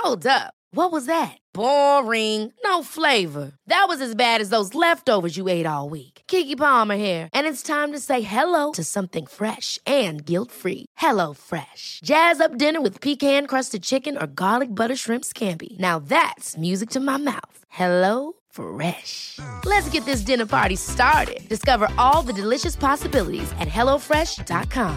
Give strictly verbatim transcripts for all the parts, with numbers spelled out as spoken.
Hold up. What was that? Boring. No flavor. That was as bad as those leftovers you ate all week. Keke Palmer here, and it's time to say hello to something fresh and guilt-free. Hello Fresh. Jazz up dinner with pecan-crusted chicken or garlic butter shrimp scampi. Now that's music to my mouth. Hello Fresh. Let's get this dinner party started. Discover all the delicious possibilities at hello fresh dot com.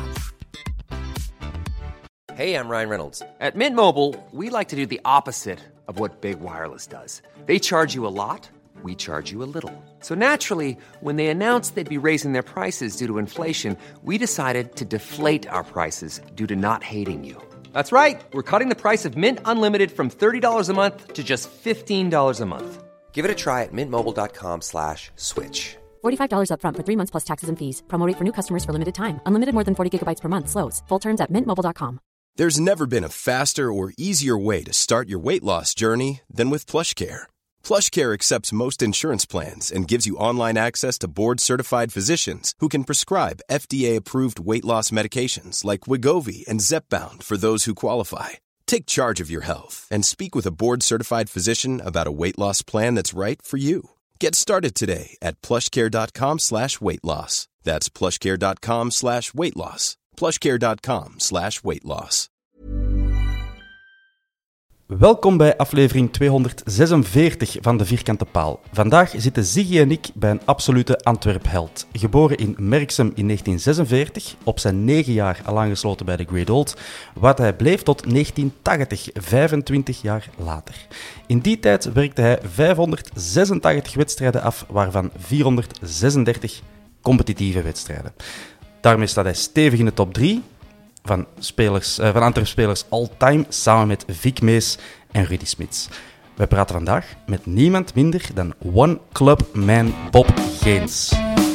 Hey, I'm Ryan Reynolds. At Mint Mobile, we like to do the opposite of what Big Wireless does. They charge you a lot, we charge you a little. So naturally, when they announced they'd be raising their prices due to inflation, we decided to deflate our prices due to not hating you. That's right. We're cutting the price of Mint Unlimited from thirty dollars a month to just fifteen dollars a month. Give it a try at mintmobile.com slash switch. forty-five dollars up front for three months plus taxes and fees. Promo rate for new customers for limited time. Unlimited more than forty gigabytes per month. Slows full terms at mint mobile dot com. There's never been a faster or easier way to start your weight loss journey than with PlushCare. PlushCare accepts most insurance plans and gives you online access to board-certified physicians who can prescribe F D A-approved weight loss medications like Wegovy and Zepbound for those who qualify. Take charge of your health and speak with a board-certified physician about a weight loss plan that's right for you. Get started today at plushcare.com slash weight loss. That's plushcare.com slash weight loss. plushcare.com slash weight loss. Welkom bij aflevering tweehonderdzesenveertig van De Vierkante Paal. Vandaag zitten Ziggy en ik bij een absolute Antwerp-held. Geboren in Merksem in negentien zesenveertig, op zijn negen jaar al aangesloten bij de Great Old, wat hij bleef tot negentien tachtig, vijfentwintig jaar later. In die tijd werkte hij vijfhonderdzesentachtig wedstrijden af, waarvan vierhonderdzesendertig competitieve wedstrijden. Daarmee staat hij stevig in de top drie van, spelers, uh, van Antwerp-spelers all-time, samen met Vic Mees en Rudy Smits. Wij praten vandaag met niemand minder dan One Club Man Bob Geens.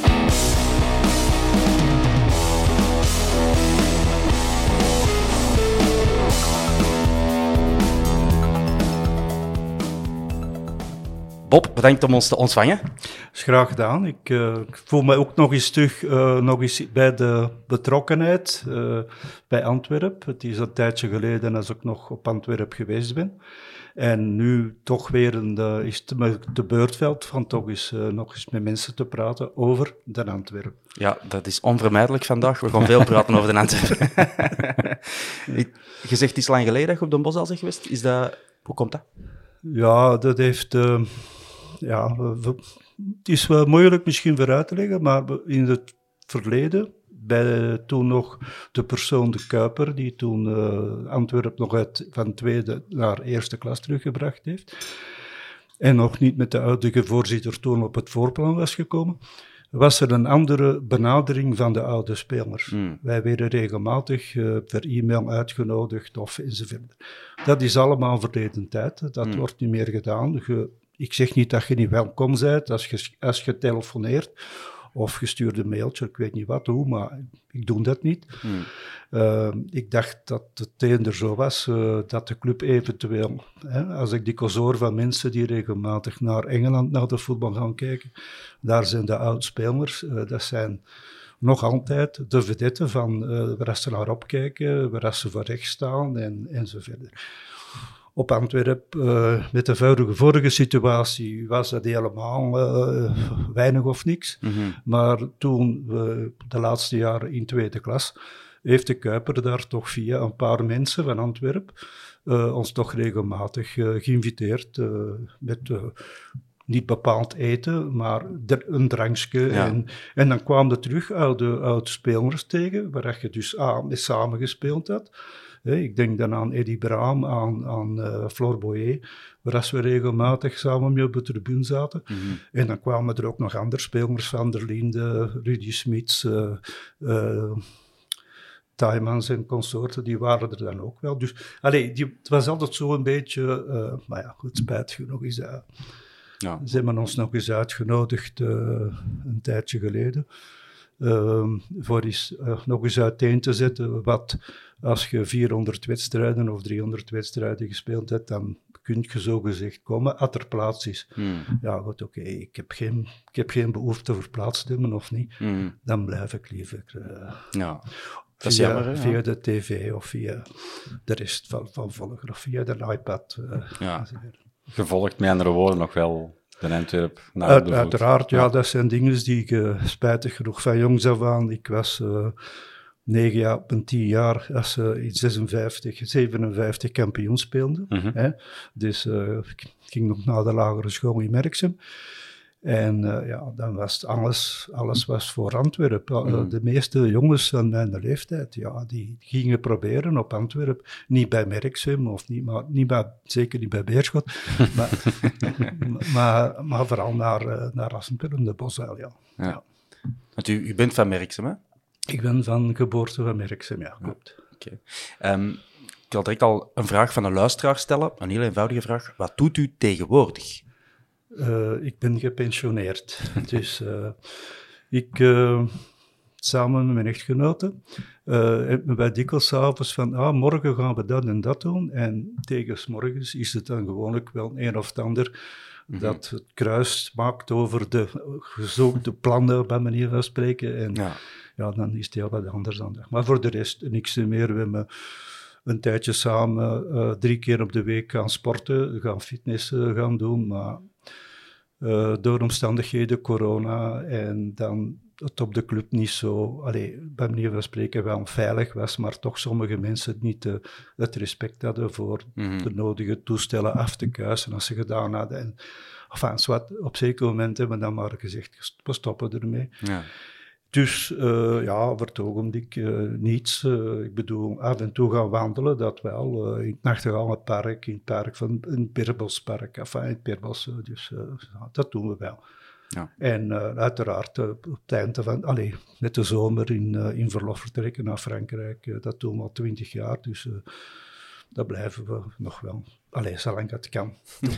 Bob, bedankt om ons te ontvangen. Is graag gedaan. Ik, uh, ik voel me ook nog eens terug uh, nog eens bij de betrokkenheid uh, bij Antwerpen. Het is een tijdje geleden als ik nog op Antwerpen geweest ben. En nu toch weer een, uh, is het me de beurtveld van toch eens, uh, nog eens met mensen te praten over de Antwerpen. Ja, dat is onvermijdelijk vandaag. We gaan veel praten over de Antwerpen. Je zegt het is lang geleden dat je op Den Bosch al bent geweest. Is dat, hoe komt dat? Ja, dat heeft... Uh, ja, we, het is wel moeilijk misschien voor uit te leggen, maar in het verleden, bij toen nog de persoon de Kuiper, die toen uh, Antwerpen nog uit, van tweede naar eerste klas teruggebracht heeft, en nog niet met de huidige voorzitter toen op het voorplan was gekomen, was er een andere benadering van de oude spelers. Mm. Wij werden regelmatig uh, per e-mail uitgenodigd of enzovoort. Dat is allemaal verleden tijd. Dat mm. wordt niet meer gedaan. Je, ik zeg niet dat je niet welkom bent als je, als je telefoneert of je stuurt een mailtje, ik weet niet wat, hoe, maar ik doe dat niet. Mm. Uh, ik dacht dat het eender zo was, uh, dat de club eventueel, hè, als ik dikwijls hoor van mensen die regelmatig naar Engeland naar de voetbal gaan kijken, daar zijn de oud-spelers, uh, dat zijn nog altijd de vedetten van uh, waar ze naar opkijken, waar ze voor recht staan en, en zo verder. Op Antwerpen, uh, met de vorige, vorige situatie, was dat helemaal uh, weinig of niks. Mm-hmm. Maar toen we de laatste jaren in tweede klas, heeft de Kuiper daar toch via een paar mensen van Antwerpen uh, ons toch regelmatig uh, geïnviteerd uh, met... Uh, niet bepaald eten, maar een drankje. Ja. En, en dan kwamen er terug oude, oude spelers tegen, waar je dus aan, mee samengespeeld had. He, ik denk dan aan Eddie Braam, aan, aan uh, Flor Boyer, waar we regelmatig samen mee op de tribune zaten. Mm-hmm. En dan kwamen er ook nog andere spelers, Van der Linde, Rudy Smits, uh, uh, Tijmans en consorten, die waren er dan ook wel. Dus allee, die, het was altijd zo een beetje, uh, maar ja, goed, spijt genoeg is dat. Ja. Ze hebben ons nog eens uitgenodigd, uh, een tijdje geleden, uh, voor eens, uh, nog eens uiteen te zetten wat, als je vierhonderd wedstrijden of driehonderd wedstrijden gespeeld hebt, dan kun je zogezegd komen, als er plaats is. Hmm. Ja, goed, oké, okay, ik, heb geen, ik heb geen behoefte voor plaats te hebben of niet, hmm. dan blijf ik liever. Uh, ja. Dat is via, jammer, hè, via ja. de tv of via de rest van, van volgen, of via de iPad. Uh, ja. Gevolgd, met andere woorden, nog wel de Antwerp naar Uit, de voet. Uiteraard, ja, ja, dat zijn dingen die ik uh, spijtig genoeg van jongs af aan. Ik was uh, negen jaar, op een tien jaar, als ze uh, in zesenvijftig, zevenenvijftig kampioen speelden. Mm-hmm. Hè? Dus uh, ik ging nog naar de lagere school in Merksem. En uh, ja, dan was alles, alles was voor Antwerpen. Mm. De meeste jongens van mijn leeftijd, ja, die gingen proberen op Antwerpen. Niet bij Merksem, of niet, maar, niet bij, zeker niet bij Beerschot. maar, maar, maar vooral naar, naar Assenpellen, de Bosuil, ja. ja. ja. Want u, u bent van Merksem, hè? Ik ben van geboorte van Merksem, ja, klopt. Ja, okay. um, ik wil direct al een vraag van een luisteraar stellen, een heel eenvoudige vraag. Wat doet u tegenwoordig? Uh, ik ben gepensioneerd. Dus uh, ik, uh, samen met mijn echtgenote, uh, hebben wij dikwijls 's avonds van, ah, morgen gaan we dat en dat doen. En tegen 's morgens is het dan gewoonlijk wel een of het ander mm-hmm. dat het kruis maakt over de gezochte plannen, bij manier van spreken. En ja, ja dan is het heel wat anders dan dat. Maar voor de rest niks meer. We hebben een tijdje samen uh, drie keer op de week gaan sporten, gaan fitnessen gaan doen, maar Uh, door omstandigheden, corona, en dan het op de club niet zo, allee, bij manier van spreken wel veilig was, maar toch sommige mensen niet uh, het respect hadden voor mm-hmm. de nodige toestellen af te kuisen als ze gedaan hadden. En, enfin, zwart, op zeker moment hebben we dan maar gezegd, we stoppen ermee. Ja. Dus uh, ja, voor het ogenblik uh, niets. Uh, ik bedoel, af en toe gaan wandelen, dat wel. Uh, in het Nachtegaalpark, in het park van in het Peerbospark, enfin, in het Peerbos. Uh, dus uh, dat doen we wel. Ja. En uh, uiteraard uh, op het einde van, allez, met de zomer in, uh, in verlof vertrekken naar Frankrijk. Uh, dat doen we al twintig jaar, dus uh, dat blijven we nog wel. Allee, zolang dat kan.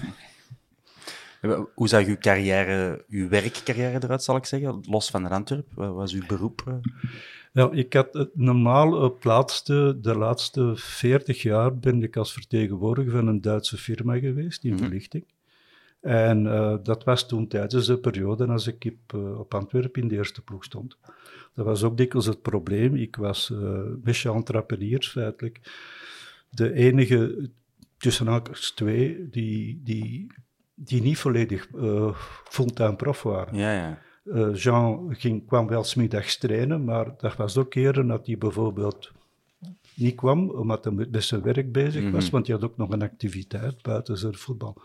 Hoe zag uw carrière, uw werkcarrière eruit, zal ik zeggen, los van Antwerpen? Wat was uw beroep? Nou, ik had het normaal op laatste, de laatste veertig jaar ben ik als vertegenwoordiger van een Duitse firma geweest, in verlichting. Mm-hmm. En uh, dat was toen tijdens de periode als ik op, uh, op Antwerpen in de eerste ploeg stond. Dat was ook dikwijls het probleem. Ik was uh, méchant trappenier, feitelijk. De enige, tussen haakjes twee, die... die die niet volledig uh, fulltime prof waren. Ja, ja. Uh, Jean ging, kwam wel 's middags trainen, maar dat was ook keren dat hij bijvoorbeeld niet kwam, omdat hij met zijn werk bezig was, mm-hmm. want hij had ook nog een activiteit buiten zijn voetbal.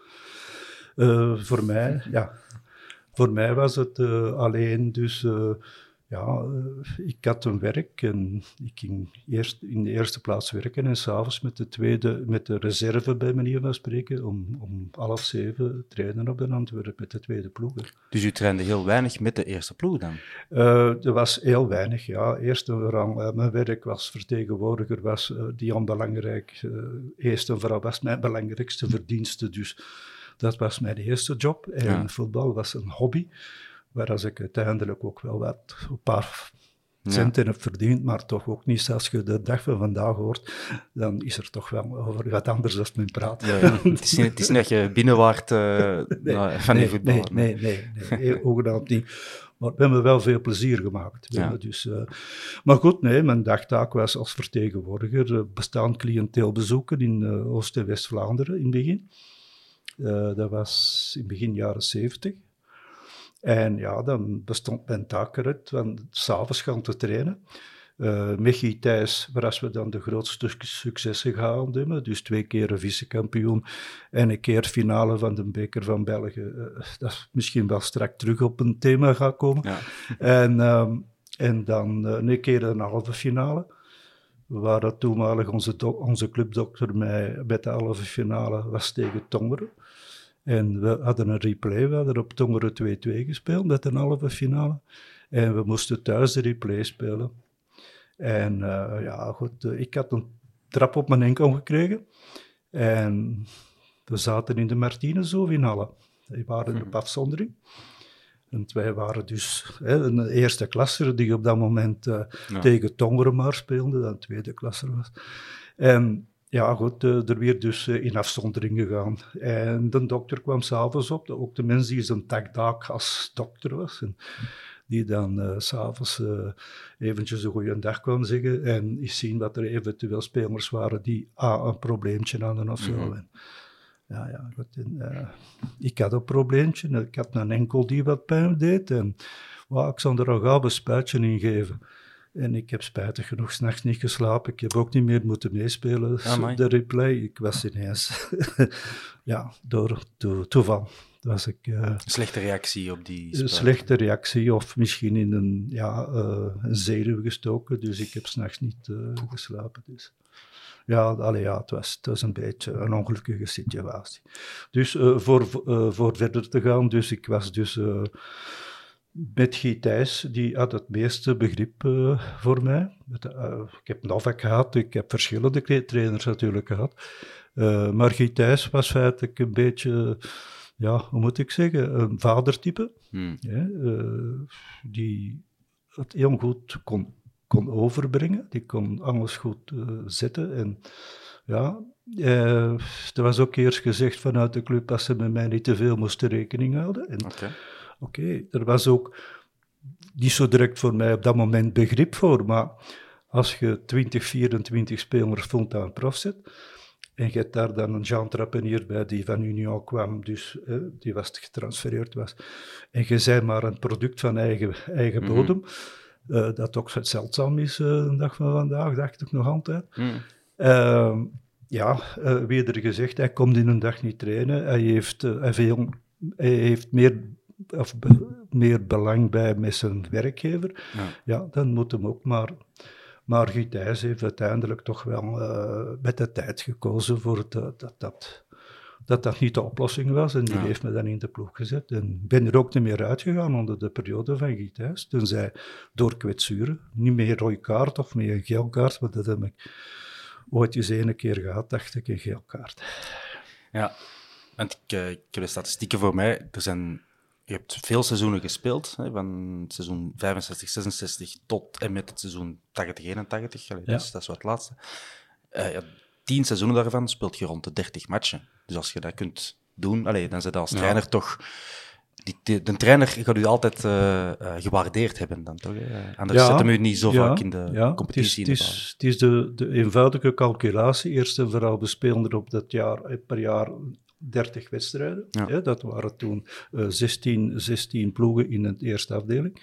Uh, voor mij, ja, voor mij was het uh, alleen dus... Uh, Ja, ik had een werk en ik ging eerst in de eerste plaats werken en s'avonds met de tweede, met de reserve bij manier van spreken, om, om half zeven trainen op de Antwerpen met de tweede ploeg. Dus u trainde heel weinig met de eerste ploeg dan? Uh, er was heel weinig, ja. Eerst en vooral, uh, mijn werk als vertegenwoordiger was uh, die onbelangrijk. Uh, eerst en vooral was mijn belangrijkste verdienste, dus dat was mijn eerste job. En ja. voetbal was een hobby. Waar als ik uiteindelijk ook wel wat, een paar centen ja. heb verdiend, maar toch ook niet. Als je de dag van vandaag hoort, dan is er toch wel over wat anders dan men praat. Ja, ja. het, is niet, het is niet dat je binnenwaart uh, nee, nou, van nee, je voetbal. Nee, nee, nee, nee, nee hoegenaamd niet. Maar we hebben wel veel plezier gemaakt. Ja. Dus, uh, maar goed, nee, mijn dagtaak was als vertegenwoordiger uh, bestaand cliënteel bezoeken in uh, Oost- en West-Vlaanderen in het begin. Uh, dat was in begin jaren zeventig. En ja, dan bestond mijn taak eruit van 's avonds gaan te trainen. Uh, Michi Thijs, waar we dan de grootste successen gehaald hebben. Dus twee keer een vice-kampioen en een keer finale van de beker van België. Uh, dat is misschien wel straks terug op een thema gaat komen. Ja. En, um, en dan uh, een keer een halve finale. Waar dat toenmalig onze, do- onze clubdokter mij met de halve finale was tegen Tongeren. En we hadden een replay, we hadden op Tongeren twee-twee gespeeld met een halve finale. En we moesten thuis de replay spelen. En uh, ja, goed, uh, ik had een trap op mijn enkel gekregen. En we zaten in de Martinezhof in Halle. Die waren op afzondering. En wij waren dus hè, een eerste klasser die op dat moment uh, ja. tegen Tongeren maar speelde, dan tweede klasser was. En ja, goed, uh, er werd dus uh, in afzondering gegaan. En de dokter kwam s'avonds op, ook de mens die zijn takdaak als dokter was. En die dan uh, s'avonds uh, eventjes een goede dag kwam zeggen en eens zien wat er eventueel spelers waren die ah, een probleempje hadden of zo. Mm-hmm. En, ja, ja, goed, en, uh, ik had een probleempje, ik had een enkel die wat pijn deed en wow, ik zou er al gauw een spuitje in geven. En ik heb spijtig genoeg 's nachts niet geslapen. Ik heb ook niet meer moeten meespelen. Ah, de replay. Ik was ineens... ja, door to- toeval was ik... Uh, slechte reactie op die spel. Een slechte reactie of misschien in een, ja, uh, een zenuw gestoken. Dus ik heb 's nachts niet uh, geslapen. Dus. Ja, allee, ja het, was, het was een beetje een ongelukkige situatie. Dus uh, voor, uh, voor verder te gaan, dus ik was dus... Uh, met Guy Thijs, die had het meeste begrip uh, voor mij. Met, uh, ik heb Novak gehad, ik heb verschillende trainers natuurlijk gehad. Uh, maar Guy Thijs was feitelijk een beetje, ja, hoe moet ik zeggen, een vadertype. Hmm. Ja, uh, die het heel goed kon, kon overbrengen. Die kon alles goed uh, zetten. En ja, uh, er was ook eerst gezegd vanuit de club dat ze met mij niet te veel moesten rekening houden. En, okay. Oké, okay, er was ook niet zo direct voor mij op dat moment begrip voor, maar als je twintig, vierentwintig spelers vond aan een prof zet, en je hebt daar dan een Jean Trapenier bij die van Union kwam, dus eh, die was getransfereerd was, en je zei maar een product van eigen, eigen mm-hmm. bodem, uh, dat ook zeldzaam is uh, de dag van vandaag, dacht ik nog altijd. Mm. Uh, ja, uh, wie er gezegd, hij komt in een dag niet trainen, hij heeft, uh, hij veel, hij heeft meer... of be, meer belang bij met zijn werkgever, ja, ja dan moet hem ook maar... Maar Guy Thijs heeft uiteindelijk toch wel uh, met de tijd gekozen voor het, uh, dat, dat, dat dat niet de oplossing was. En die ja. heeft me dan in de ploeg gezet. En ik ben er ook niet meer uitgegaan onder de periode van Guy Thijs. Toen zij door kwetsuren, niet meer rode kaart of meer een geel kaart, want dat heb ik ooit eens ene keer gehad, dacht ik, een geel kaart. Ja, want ik, uh, ik heb de statistieken voor mij. Er zijn... Je hebt veel seizoenen gespeeld, hè, van het seizoen vijfenzestig, zesenzestig tot en met het seizoen tachtig, eenentachtig. Allee, ja. dus dat is wat het laatste. Uh, ja, tien seizoenen daarvan speelt je rond de dertig matchen. Dus als je dat kunt doen, allee, dan zit je als trainer ja. toch... Die, die, de trainer gaat u altijd uh, uh, gewaardeerd hebben dan toch? Hè? Anders ja, zetten we u niet zo ja, vaak in de ja, competitie. Het is, het is, het is de, de eenvoudige calculatie. Eerst en vooral, we spelen er op dat jaar per jaar... dertig wedstrijden. Ja. Ja, dat waren toen uh, zestien, zestien ploegen in de eerste afdeling.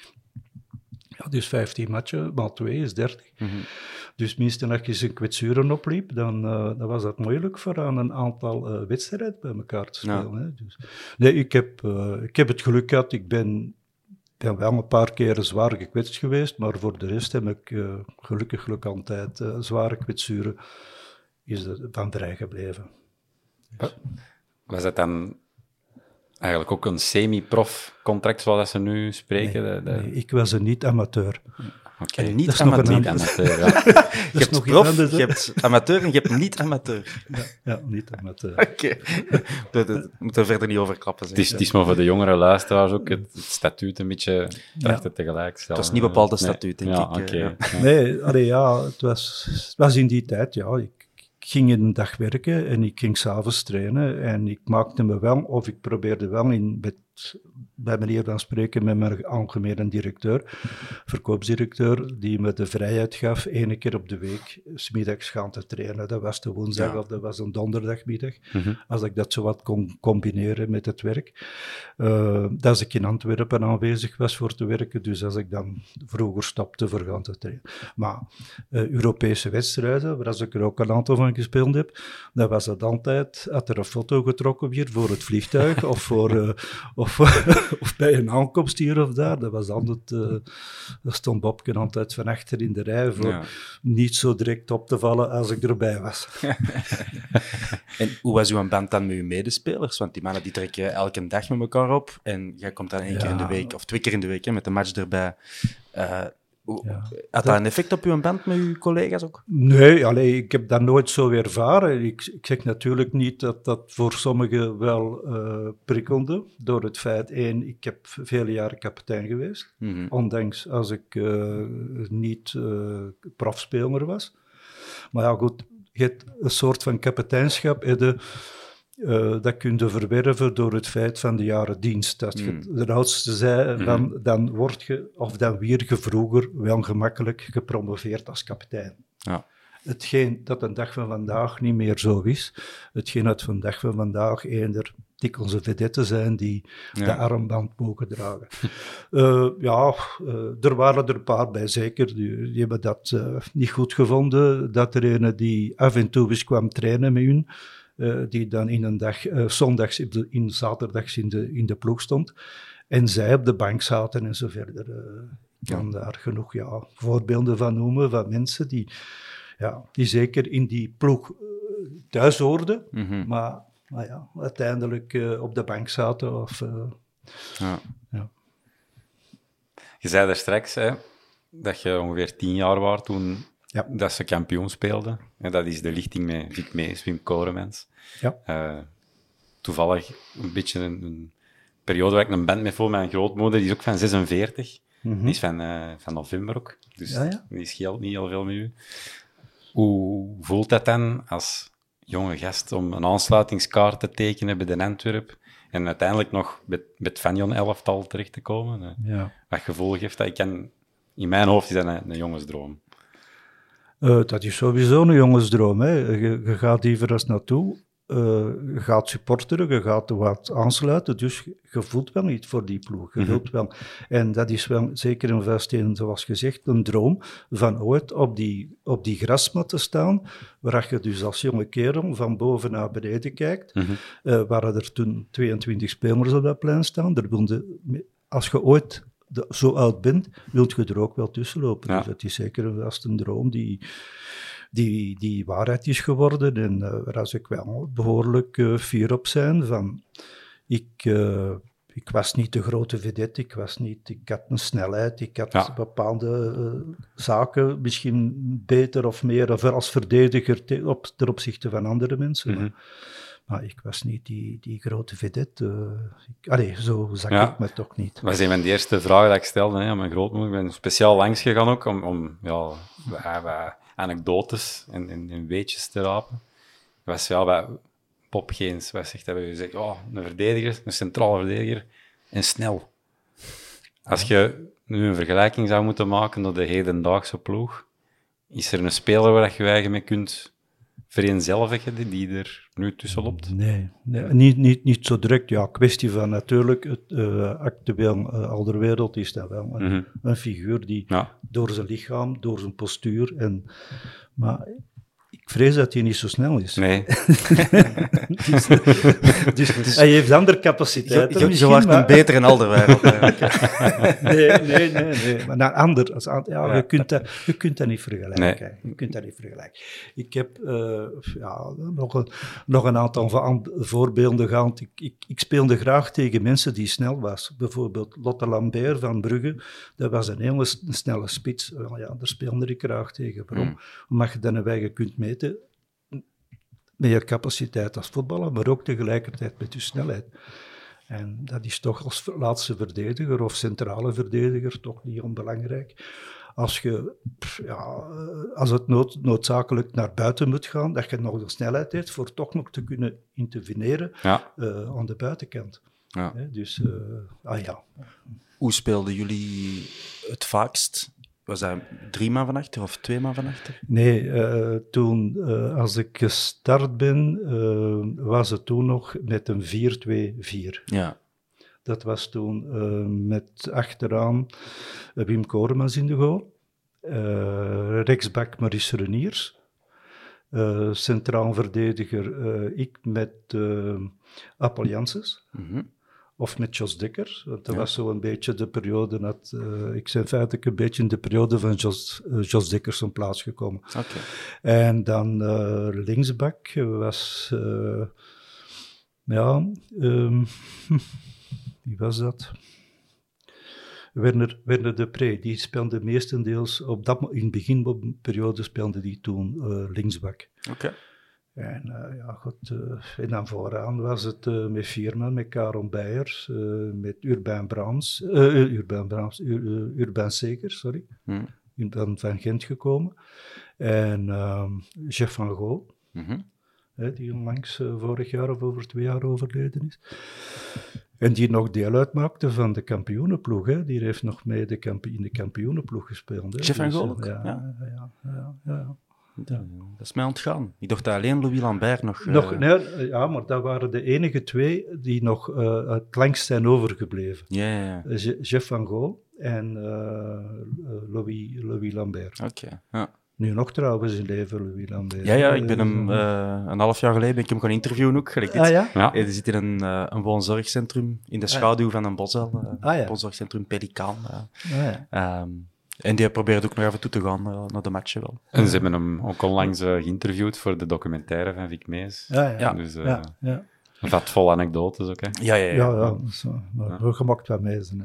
Ja, dus vijftien matchen, maal twee is dertig. Mm-hmm. Dus minstens als je zijn kwetsuren opliep, dan, uh, dan was dat moeilijk voor aan een aantal uh, wedstrijden bij elkaar te spelen. Ja. Hè. Dus, nee, ik heb, uh, ik heb het geluk gehad, ik ben, ben wel een paar keer zwaar gekwetst geweest, maar voor de rest heb ik uh, gelukkig altijd uh, zware kwetsuren is er van vrijgebleven. Dus. Was dat dan eigenlijk ook een semi-prof-contract zoals ze nu spreken? Nee, de, de... nee, ik was een niet-amateur. Oké, okay. niet amateur. Niet amateur, ja. Je hebt nog prof, je hebt amateur en je hebt niet-amateur. Ja, ja niet-amateur. Oké, okay. Daar moeten we verder niet over klappen. Het is, het is maar voor de jongere luisteraars ook het, het statuut een beetje ja. tegelijk stellen. Het was niet bepaald een statuut, nee. denk ja, ik. Okay. Ja. Ja. Nee, allee, ja, het was, het was in die tijd, ja... Ik, Ik ging een dag werken en ik ging 's avonds trainen en ik maakte me wel, of ik probeerde wel in, met, bij manier van spreken met mijn algemene directeur, verkoopsdirecteur, die me de vrijheid gaf één keer op de week 's middags gaan te trainen. Dat was de woensdag ja. of dat was een donderdagmiddag, mm-hmm. als ik dat zo wat kon combineren met het werk. Uh, dat als ik in Antwerpen aanwezig was voor te werken, dus als ik dan vroeger stopte voor gaan te trainen. Maar uh, Europese wedstrijden, waar als ik er ook een aantal van gespeeld heb, dan was het altijd, had er een foto getrokken weer voor het vliegtuig of, voor, uh, of, of bij een aankomst hier of daar. Dat was altijd, uh, dat stond Bobke altijd van achter in de rij voor ja. niet zo direct op te vallen als ik erbij was. En hoe was uw band dan met uw medespelers? Want die mannen die trekken elke dag met elkaar op en jij komt dan één ja. keer in de week, of twee keer in de week, hè, met de match erbij. Uh, Ja. Had dat een effect op uw band met uw collega's ook? Nee, allee, ik heb dat nooit zo ervaren. Ik, ik zeg natuurlijk niet dat dat voor sommigen wel uh, prikkelde, door het feit, één, ik heb vele jaren kapitein geweest, mm-hmm. ondanks als ik uh, niet uh, profspeler was. Maar ja, goed, je hebt een soort van kapiteinschap, de, Uh, dat kun je verwerven door het feit van de jaren dienst. Als je Mm. de oudste zei, Mm. dan, dan word je, of dan wier je vroeger wel gemakkelijk gepromoveerd als kapitein. Ja. Hetgeen dat de dag van vandaag niet meer zo is, hetgeen dat van de dag van vandaag eender dikwijls vedetten zijn die Ja. de armband mogen dragen. uh, ja, uh, er waren er een paar bij, zeker. Die, die hebben dat uh, niet goed gevonden, dat er een die af en toe eens kwam trainen met hun, uh, die dan in een dag, uh, zondags, in, de, in zaterdags in de, in de ploeg stond, en zij op de bank zaten en zo verder. Uh, ik kan daar genoeg ja, voorbeelden van noemen, van mensen die... Ja, die zeker in die ploeg uh, thuis hoorden, Mm-hmm. maar, maar ja, uiteindelijk uh, op de bank zaten. Of, uh, Ja. ja. Je zei daar straks hè, dat je ongeveer tien jaar was toen Ja. dat ze kampioen speelden. En dat is de lichting met Vic Mees, Wim Koremans. Ja. Uh, toevallig een beetje een, een periode waar ik een band mee voel. Mijn grootmoeder, die is ook van zesenveertig. Mm-hmm. Die is van, uh, van november ook. Dus Ja, ja. die scheelt niet heel veel met u. Hoe voelt dat dan als jonge gast om een aansluitingskaart te tekenen bij de Antwerp en uiteindelijk nog met, met het Fanion-elftal terecht te komen? Uh, Ja. Wat gevoel geeft dat? Ik kan, in mijn hoofd is dat een, een jongensdroom. Uh, dat is sowieso een jongensdroom. Hè. Je, je gaat liever eens naartoe, uh, je gaat supporteren, je gaat er wat aansluiten, dus je voelt wel niet voor die ploeg. Je Mm-hmm. voelt wel. En dat is wel zeker een vesteen, zoals gezegd, een droom van ooit op die, op die grasmat te staan, waar je dus als jonge kerel van boven naar beneden kijkt. Mm-hmm. Uh, waren er toen tweeëntwintig spelers op dat plein staan. Er wilde, als je ooit de, zo oud bent, wilt je er ook wel tussen lopen. Ja. Dus dat is zeker vast een droom die, die, die waarheid is geworden. En uh, waar als ik wel behoorlijk uh, fier op zijn. Van, ik, uh, ik was niet de grote vedette, ik, was niet, ik had een snelheid, ik had Ja. bepaalde uh, zaken misschien beter of meer of als verdediger te, op, ten opzichte van andere mensen. Mm-hmm. Maar, maar ik was niet die, die grote vedette. Uh, ik, allee, zo zag Ja. ik me toch niet. Dat was een van de eerste vragen die ik stelde hè, aan mijn grootmoeder. Ik ben speciaal langs gegaan ook om, om ja, wat, wat anekdotes en, en, en weetjes te rapen. Dat was ja, wat Bob Geens, wat zegt dat? Je zegt, oh, een verdediger, een centrale verdediger en snel. Als je nu een vergelijking zou moeten maken naar de hedendaagse ploeg, is er een speler waar je je eigen mee kunt vereenzelvigen die er nu tussen loopt? Nee, nee niet, niet, niet zo direct. Ja, kwestie van natuurlijk, het uh, actueel uh, Alderwereld is dat wel een, Mm-hmm. een figuur die Ja. door zijn lichaam, door zijn postuur, en, maar ik vrees dat hij niet zo snel is. Nee. dus, dus, dus hij heeft andere capaciteiten. Je, je, je misschien, wacht maar- een betere Alderweireld eigenlijk. nee, nee, nee, nee. Maar naar ander, als aan- ja, Ja. Je, kunt dat, je kunt dat niet vergelijken. Nee. Je kunt dat niet vergelijken. Ik heb uh, ja, nog, een, nog een aantal va- voorbeelden gehad. Ik, ik, ik speelde graag tegen mensen die snel was. Bijvoorbeeld Lotte Lambert van Brugge. Dat was een hele s- een snelle spits. Wel, ja, daar speelde ik graag tegen. Waarom? Mm. Omdat je dan een weinig kunt meten met je capaciteit als voetballer, maar ook tegelijkertijd met je snelheid. En dat is toch als laatste verdediger of centrale verdediger toch niet onbelangrijk. Als, je, pff, ja, als het nood, noodzakelijk naar buiten moet gaan, dat je nog de snelheid hebt voor toch nog te kunnen interveneren Ja. uh, aan de buitenkant. Ja. He, dus, uh, ah ja. Hoe speelden jullie het vaakst? Was dat drie man van achter of twee man van achter? Nee, uh, toen, uh, als ik gestart ben, uh, was het toen nog met een vier twee vier. Ja. Dat was toen uh, met achteraan uh, Wim Koremans in de goal, uh, rechtsback Maurice Reniers, uh, centraal verdediger uh, ik met uh, Appel Janssens. Mm-hmm. Of met Jos Dekker, want dat Ja. was zo een beetje de periode, dat, uh, ik ben feitelijk een beetje in de periode van Jos, uh, Jos Dekker zijn plaats gekomen. Oké. Okay. En dan uh, linksbak was, uh, ja, um, wie was dat? Werner, Werner de Pre, die speelde meestendeels, op dat, in het beginperiode speelde die toen uh, linksbak. Oké. Okay. En, uh, ja, goed, uh, en dan vooraan was het uh, met vier man, met Karon Beijers, uh, met Urbain Braams, uh, Urbain Braams, Ur, uh, Urbain Seker, sorry, Mm. dan van Gent gekomen. En uh, Jeff van Goo. Mm-hmm. hè, die onlangs uh, vorig jaar of over twee jaar overleden is. En die nog deel uitmaakte van de kampioenenploeg. Hè. Die heeft nog mee de kamp- in de kampioenenploeg gespeeld. Hè. Jeff van Dus, Gool ook? ja, Ja. ja, ja, ja, ja. Ja, dat is mij ontgaan. Ik dacht dat alleen Louis Lambert nog... Uh... nog nee, ja, maar dat waren de enige twee die nog uh, het langst zijn overgebleven. Ja, ja, ja. Je- Jeff van Gool en uh, Louis, Louis Lambert. Oké, okay, ja. Nu nog trouwens in leven, Louis Lambert. Ja, ja, ik ben hem uh, een half jaar geleden ben ik hem gaan interviewen ook. Gelijk dit. Ah ja? Ja. Hij zit in een, uh, een woonzorgcentrum in de schaduw van een bosel. Uh, Ah, ja. Woonzorgcentrum Pelikaan. Uh. Ah, ja. Um, en die probeert ook nog even toe te gaan uh, naar de matchen wel. En ze hebben hem ook onlangs uh, geïnterviewd voor de documentaire van Vic Mees. Ja, ja. Ja. Dus uh, ja, ja. een vat vol anekdotes ook, hè. Ja, ja, ja. Ja, ja, zo, maar we gemaakt wat mee zijn.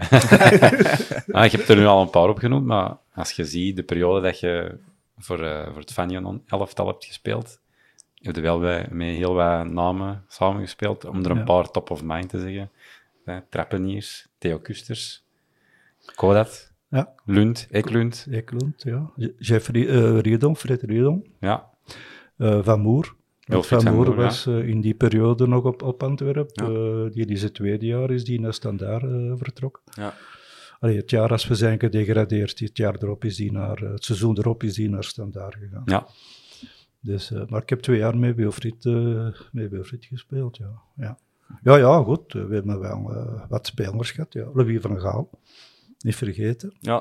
Ah, je hebt er nu al een paar opgenoemd, maar als je ziet de periode dat je voor, uh, voor het Fagnon-elftal hebt gespeeld, heb je wel bij, met heel wat namen samengespeeld, om er een Ja. paar top of mind te zeggen. Eh, Trappeniers, Theo Kusters, Kodat, Ja, Lund, Eklund, Eklund, ja. Jeff uh, Riedon, Fred Riedon, ja. uh, Van Moer. Wilfried Van Van Moer Moer, was uh, in die periode nog op, op Antwerpen. Ja. Uh, die is het tweede jaar is die naar Standaard uh, vertrokken. Ja. Allee, het jaar als we zijn gedegradeerd, het jaar erop is die naar, uh, het seizoen erop is die naar Standaard gegaan. ja. Dus, uh, maar ik heb twee jaar met Wilfried, uh, met Wilfried gespeeld, ja. Ja, ja, ja goed. Uh, we hebben wel uh, wat spelers gehad, ja. Louis van Gaal, niet vergeten. Ja.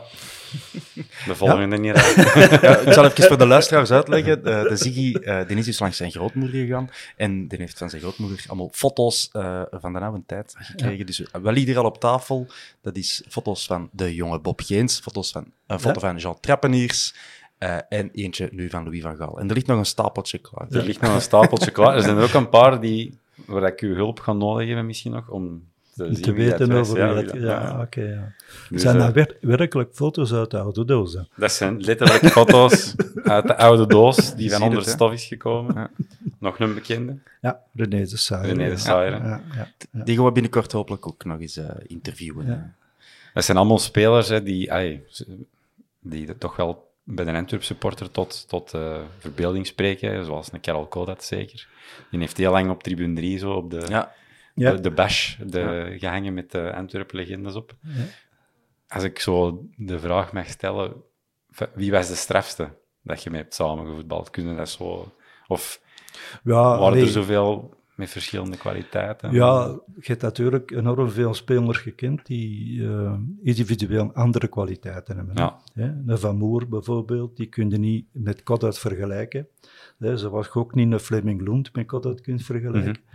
De volgende niet uit. Ja, ik zal even voor de luisteraars uitleggen. Uh, de Ziggy, uh, die is dus langs zijn grootmoeder gegaan. En die heeft van zijn grootmoeder allemaal foto's uh, van de oude tijd gekregen. Ja. Dus uh, wel hier al op tafel. Dat is foto's van de jonge Bob Geens, foto's van, een foto Ja. van Jean Trappeniers uh, en eentje nu van Louis van Gaal. En er ligt nog een stapeltje klaar. Er ligt nog een stapeltje klaar. Er zijn er ook een paar die, waar ik uw hulp ga nodig hebben misschien nog, om te, Om zien te wie dat weten was. over Ja, wie wie dat... dat- Ja, ja. oké, ja. Dus, Zijn eh, dat wer- werkelijk foto's uit de oude doos? Hè? Dat zijn letterlijk foto's uit de oude doos die Je van ziet onder het, hè? stof is gekomen. Ja. Nog een bekende. Ja, René de Saaier. René de ja. Saaier, Ja, hè. ja, ja, ja. Die gaan we binnenkort hopelijk ook nog eens uh, interviewen. Ja. Dat zijn allemaal spelers hè, die, ai, die er toch wel bij de Antwerp supporter tot, tot uh, verbeelding spreken, hè, zoals een Karel Kodat zeker. Die heeft heel lang op tribune drie zo op de, Ja. Ja. de, de bash de, gehangen met de Antwerp-legendes op. Ja. Als ik zo de vraag mag stellen, wie was de strafste dat je mee hebt samengevoetbald? Kunnen dat zo... Of Ja, waren allee, er zoveel met verschillende kwaliteiten? ja, je hebt natuurlijk enorm veel spelers gekend die uh, individueel andere kwaliteiten hebben. Ja. Hè? Een Van Moer bijvoorbeeld, die kun je niet met Kodat vergelijken. Hè? Zoals je ook niet een Fleming Lund met Kodat kunt vergelijken. Mhm.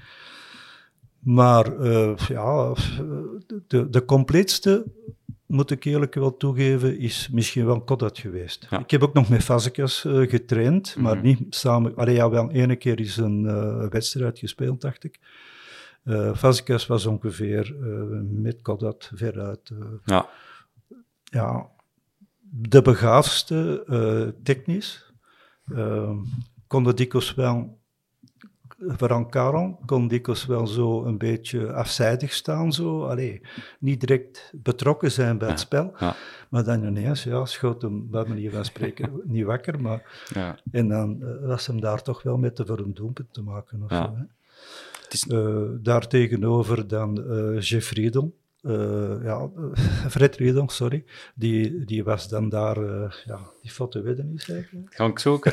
Maar uh, ja, de, de compleetste, moet ik eerlijk wel toegeven, is misschien wel Kodat geweest. Ja. Ik heb ook nog met Fazekas uh, getraind, maar Mhm. niet samen. Allee, ja, wel ene keer is een uh, wedstrijd gespeeld, dacht ik. Uh, Fazekas was ongeveer uh, met Kodat veruit. Uh, Ja. ja, de begaafdste, uh, technisch. Uh, kon de dikwijls wel, vooral Karel, kon dikwijls wel zo een beetje afzijdig staan. Zo. Allee, niet direct betrokken zijn bij het Ja, spel. ja. Maar dan ineens, ja, schoot hem, bij manier van spreken, niet wakker. Maar, Ja. en dan uh, was hem daar toch wel met te voor een doelpunt te maken. Of Ja. zo, hè. Het is... Uh, daartegenover dan uh, Jeff Riedel. Uh, ja, uh, Fred Riedel, sorry. Die, die was dan daar, uh, ja, die foto wedden is eigenlijk. Ga ik zoeken.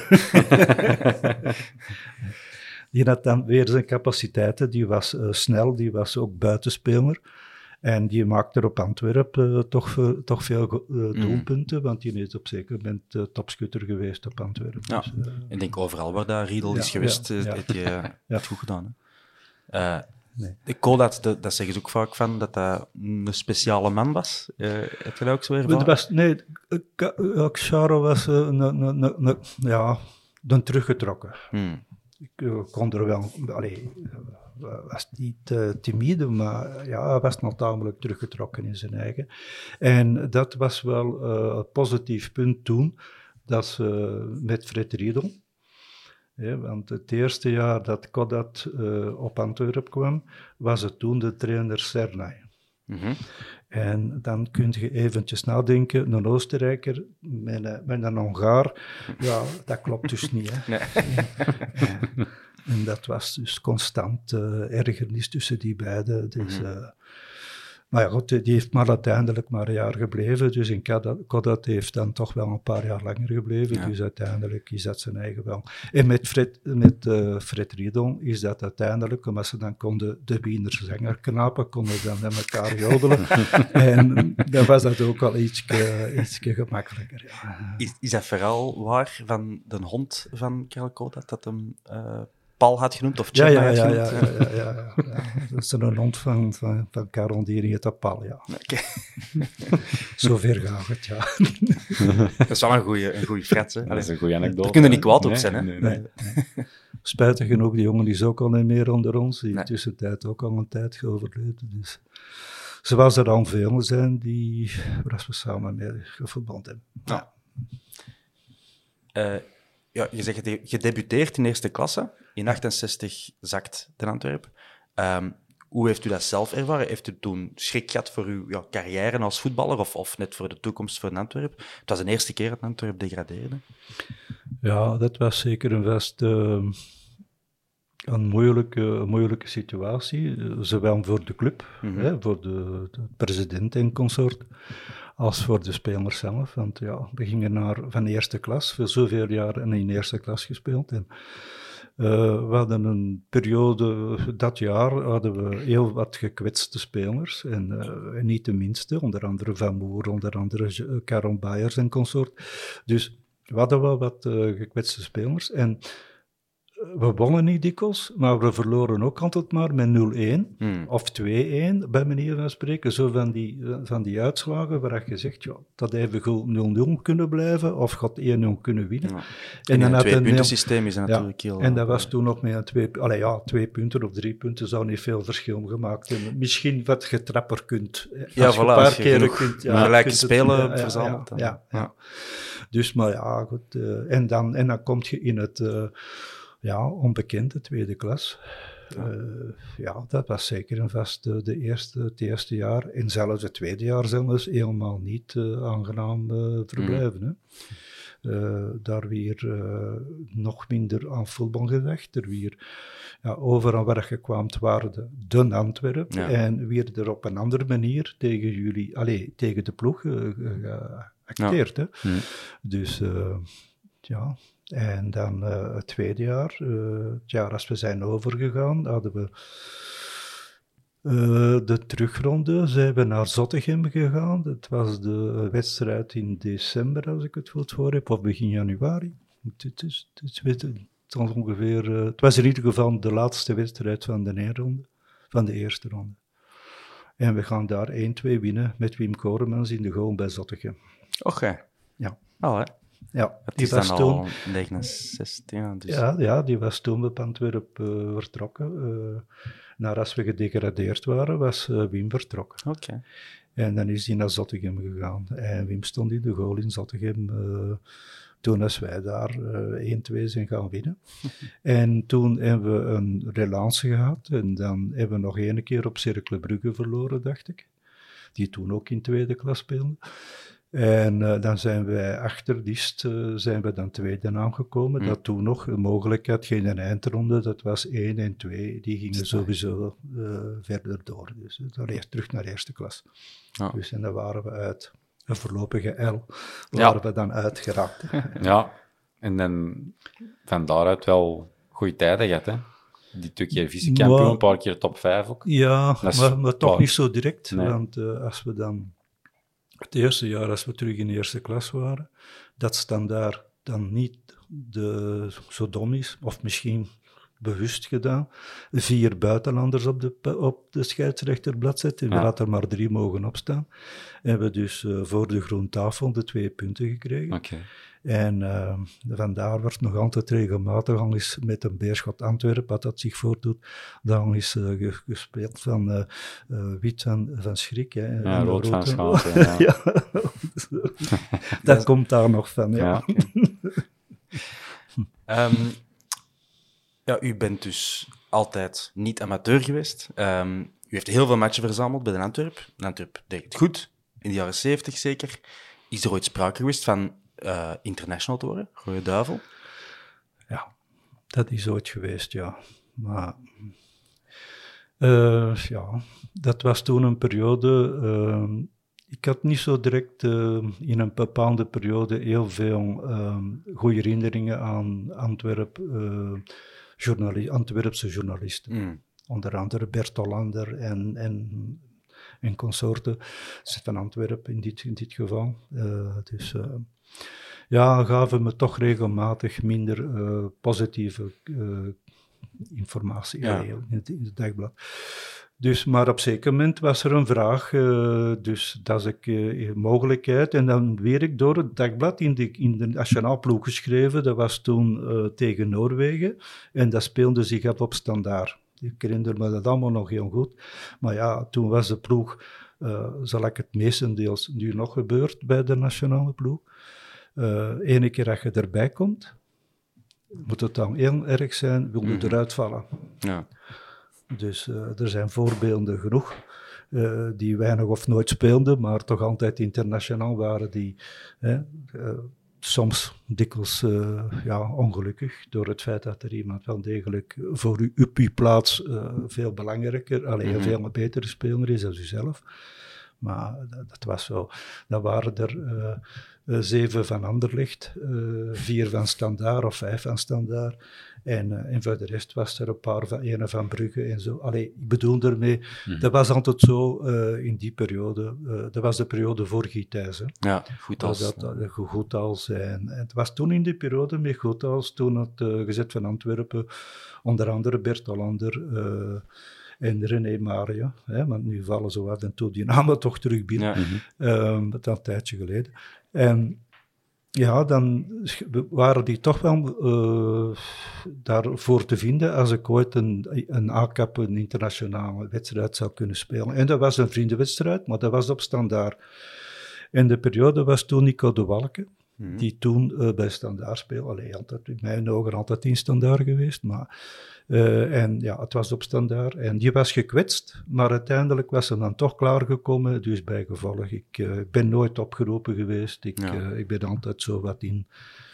Die had dan weer zijn capaciteiten. Die was uh, snel, die was ook buitenspeler. En die maakte er op Antwerpen uh, toch, uh, toch veel uh, doelpunten, want die is op zeker moment uh, topschutter geweest op Antwerpen. Ja. Dus, uh, Ik denk overal waar dat Riedel Ja, is geweest, ja, ja, ja. heb je uh, het goed gedaan. Hè? Uh, Nee. De Kodat, dat, dat zeggen ze ook vaak van, dat dat een speciale man was. Uh, heb je dat ook zo Het ervaren? was, nee, Charo was uh, een, een, een, een, ja, een teruggetrokken. Hmm. Ik uh, kon er wel, allee, uh, was niet uh, timide, maar ja, hij was nog tamelijk teruggetrokken in zijn eigen. En dat was wel uh, een positief punt toen, dat ze uh, met Fred Riedel, hè, want het eerste jaar dat Kodat uh, op Antwerpen kwam, was het toen de trainer Cernay. Mm-hmm. En dan kun je eventjes nadenken, een Oostenrijker met een, met een Hongaar, ja, dat klopt dus niet. Hè. Nee. En dat was dus constant uh, ergernis tussen die beiden. Dus, uh, maar ja, goed, die heeft maar uiteindelijk maar een jaar gebleven. Dus in Kodad heeft dan toch wel een paar jaar langer gebleven. Ja. Dus uiteindelijk is dat zijn eigen wel. En met Fred, met, uh, Fred Riedel is dat uiteindelijk, omdat ze dan konden de Wiener zanger knapen, konden dan met elkaar jodelen. En dan was dat ook al ietsje, ietsje gemakkelijker. Ja. Is, is dat vooral waar van de hond van Karel Kodad, dat hem... Uh... Paul had genoemd, of Chema ja, ja, had ja, genoemd? Ja, ja, ja, ja, ja. Dat is een hond van, van, van Karel, die heet Paul, ja. Okay. Zover gaat het, ja. Dat is wel een goede een goeie fret, hè? Dat is een goede anekdote. Daar kunnen we niet kwaad op nee, zijn, hè? Nee, nee. Nee, nee. Spijtig genoeg, die jongen is ook al niet meer onder ons. Die nee. is tussentijd ook al een tijd overleden. Dus. Zoals er al velen zijn die, waar we samen mee gevoetbald hebben. Ja. Uh, ja, je zegt, je gedebuteerd in eerste klasse. In achtenzestig zakt ten Antwerp. Um, hoe heeft u dat zelf ervaren? Heeft u toen schrik gehad voor uw ja, carrière als voetballer of, of net voor de toekomst van Antwerp? Het was de eerste keer dat Antwerp degradeerde. Ja, dat was zeker een best uh, een, moeilijke, een moeilijke situatie. Zowel voor de club, mm-hmm. hè, voor de, de president en consort, als voor de spelers zelf. Want ja, we gingen naar, van eerste klas, voor zoveel jaar in eerste klas gespeeld. En, Uh, we hadden een periode, dat jaar hadden we heel wat gekwetste spelers. En, uh, en niet de minste, onder andere Van Moer, onder andere Karon Bayers en consort. Dus we hadden wel wat uh, gekwetste spelers. En we wonnen niet dikwijls, maar we verloren ook altijd maar met nul-een hmm. of twee-een, bij manier van spreken. Zo van die, van die uitslagen waar je zegt, ja, dat even goed nul-nul kunnen blijven of gaat één-nul kunnen winnen. Ja. En, en dan een twee-puntensysteem is dat natuurlijk ja, heel... En dat was toen nog met een twee... Allee, ja, twee punten of drie punten zou niet veel verschil gemaakt hebben. Misschien wat je trapper kunt. Als ja, je voilà, een paar keren kunt... Ja, gelijke kunt spelen het, ja, verzameld. Ja, ja, ja, ja. Dus, maar ja, goed. Uh, en, dan, en dan kom je in het... Uh, Ja, onbekende tweede klas. Ja. Uh, ja, dat was zeker en vast uh, de eerste, het eerste jaar. En zelfs het tweede jaar zelfs helemaal niet uh, aangenaam uh, verblijven. Mm. Hè. Uh, daar weer uh, nog minder aan voetbal gedacht. Er weer, ja, overal waar je kwam, waren de, de Antwerp. Ja. En weer er op een andere manier tegen jullie, allez, tegen de ploeg uh, geacteerd. Ja. Mm. Dus uh, ja... En dan uh, het tweede jaar, uh, het jaar als we zijn overgegaan, hadden we uh, de terugronde, zijn we naar Zottegem gegaan. Het was de wedstrijd in december, als ik het goed voor heb, of begin januari. Het, is, het, is, het, was ongeveer, uh, het was in ieder geval de laatste wedstrijd van de eerste van de eerste ronde. En we gaan daar één-twee winnen met Wim Koremans in de goal bij Zottegem. Oké. Ja. Oh, hè. Ja, het die is was dan toen, al negenenzestig, ja, dus... ja, ja, die was toen op Antwerp uh, vertrokken. Uh, naar als we gedegradeerd waren, was uh, Wim vertrokken. Oké. Okay. En dan is hij naar Zottegem gegaan. En Wim stond in de goal in Zottegem. Uh, toen als wij daar uh, één-twee zijn gaan winnen. En toen hebben we een relance gehad. En dan hebben we nog één keer op Cercle Brugge verloren, dacht ik. Die toen ook in tweede klas speelde. En uh, dan zijn wij achter Diest, uh, zijn we dan tweede aangekomen. Mm. Dat toen nog een mogelijkheid, geen eindronde, dat was één en twee. Die gingen sowieso uh, verder door. Dus daar eerst terug naar eerste klas. Ja. Dus en dan waren we uit een voorlopige L, waren ja. we dan uitgeraakt. Ja, en dan van daaruit wel goede tijden gehad, hè? Die twee keer vice-kampioen, een paar keer top vijf ook. Ja, is, maar, maar toch wow. niet zo direct. Nee. Want uh, als we dan... Het eerste jaar, als we terug in de eerste klas waren, dat Standaard dan niet de, zo dom is, of misschien bewust gedaan, vier buitenlanders op de, op de scheidsrechterblad zetten. En ja. we hadden er maar drie mogen opstaan. En we dus uh, voor de groentafel de twee punten gekregen. Okay. En uh, vandaar wordt nog altijd regelmatig al eens met een Beerschot Antwerpen, wat dat zich voordoet, dan is uh, gespeeld van uh, uh, wit van, van schrik. Hè, ja, rood van schaamte. Ja. Ja. Dat komt daar nog van, ja. ja okay. um, ja, u bent dus altijd niet amateur geweest. Um, u heeft heel veel matchen verzameld bij de Antwerp. De Antwerp deed het goed, in de jaren zeventig zeker. Is er ooit sprake geweest van uh, international te worden, Rode Duivel? Ja, dat is ooit geweest, ja. Maar uh, ja, dat was toen een periode... Uh, ik had niet zo direct uh, in een bepaalde periode heel veel uh, goede herinneringen aan Antwerp, uh, journali- Antwerpse journalisten. Mm. Onder andere Bert Hollander en, en, en consorten. Van Antwerpen in dit, in dit geval. Uh, dus... Uh, Ja, gaven me toch regelmatig minder uh, positieve uh, informatie ja. in, het, in het dagblad. Dus, maar op zeker moment was er een vraag, uh, dus dat is ik, uh, een mogelijkheid. En dan werd ik door het dagblad in de, in de nationaal ploeg geschreven. Dat was toen uh, tegen Noorwegen en dat speelde zich af op Standaard. Ik herinner me dat allemaal nog heel goed. Maar ja, toen was de ploeg, uh, zal ik het meestendeels nu nog gebeurd bij de nationale ploeg. Uh, Ene keer dat je erbij komt, moet het dan heel erg zijn, wil je mm-hmm. eruit vallen. Ja. Dus uh, er zijn voorbeelden genoeg, uh, die weinig of nooit speelden, maar toch altijd internationaal waren, die uh, uh, soms dikwijls uh, ja, ongelukkig, door het feit dat er iemand wel degelijk voor u op uw plaats uh, veel belangrijker, alleen mm-hmm. veel betere speler is dan u zelf. Maar dat, dat was zo. Dan waren er... Uh, Uh, zeven van Anderlecht, uh, vier van Standaard of vijf van Standaard. En, uh, en voor de rest was er een paar van, ene van Brugge en zo. Allee, ik bedoel daarmee, mm. dat was altijd zo uh, in die periode. Uh, dat was de periode voor Guy Thijs. Ja, Goethals. Dat, dat, uh, Goethals en, en het was toen in die periode met Goethals, toen het uh, Gezet van Antwerpen, onder andere Bert Hollander... Uh, en René Maria, hè, want nu vallen zo af en toe die namen toch terug binnen. Ja. Mm-hmm. Um, dat is een tijdje geleden. En ja, dan waren die toch wel uh, daarvoor te vinden als ik ooit een, een A C A P, een internationale wedstrijd zou kunnen spelen. En dat was een vriendenwedstrijd, maar dat was op Standaard. En de periode was toen Nico de Walke, mm-hmm. die toen uh, bij Standaard speelde. Allee, altijd, in mijn ogen altijd in Standaard geweest, maar... Uh, en ja, het was op Standaard. En die was gekwetst, maar uiteindelijk was ze dan toch klaargekomen. Dus bijgevolg, ik uh, ben nooit opgeroepen geweest. Ik, ja. uh, ik ben altijd zo wat in,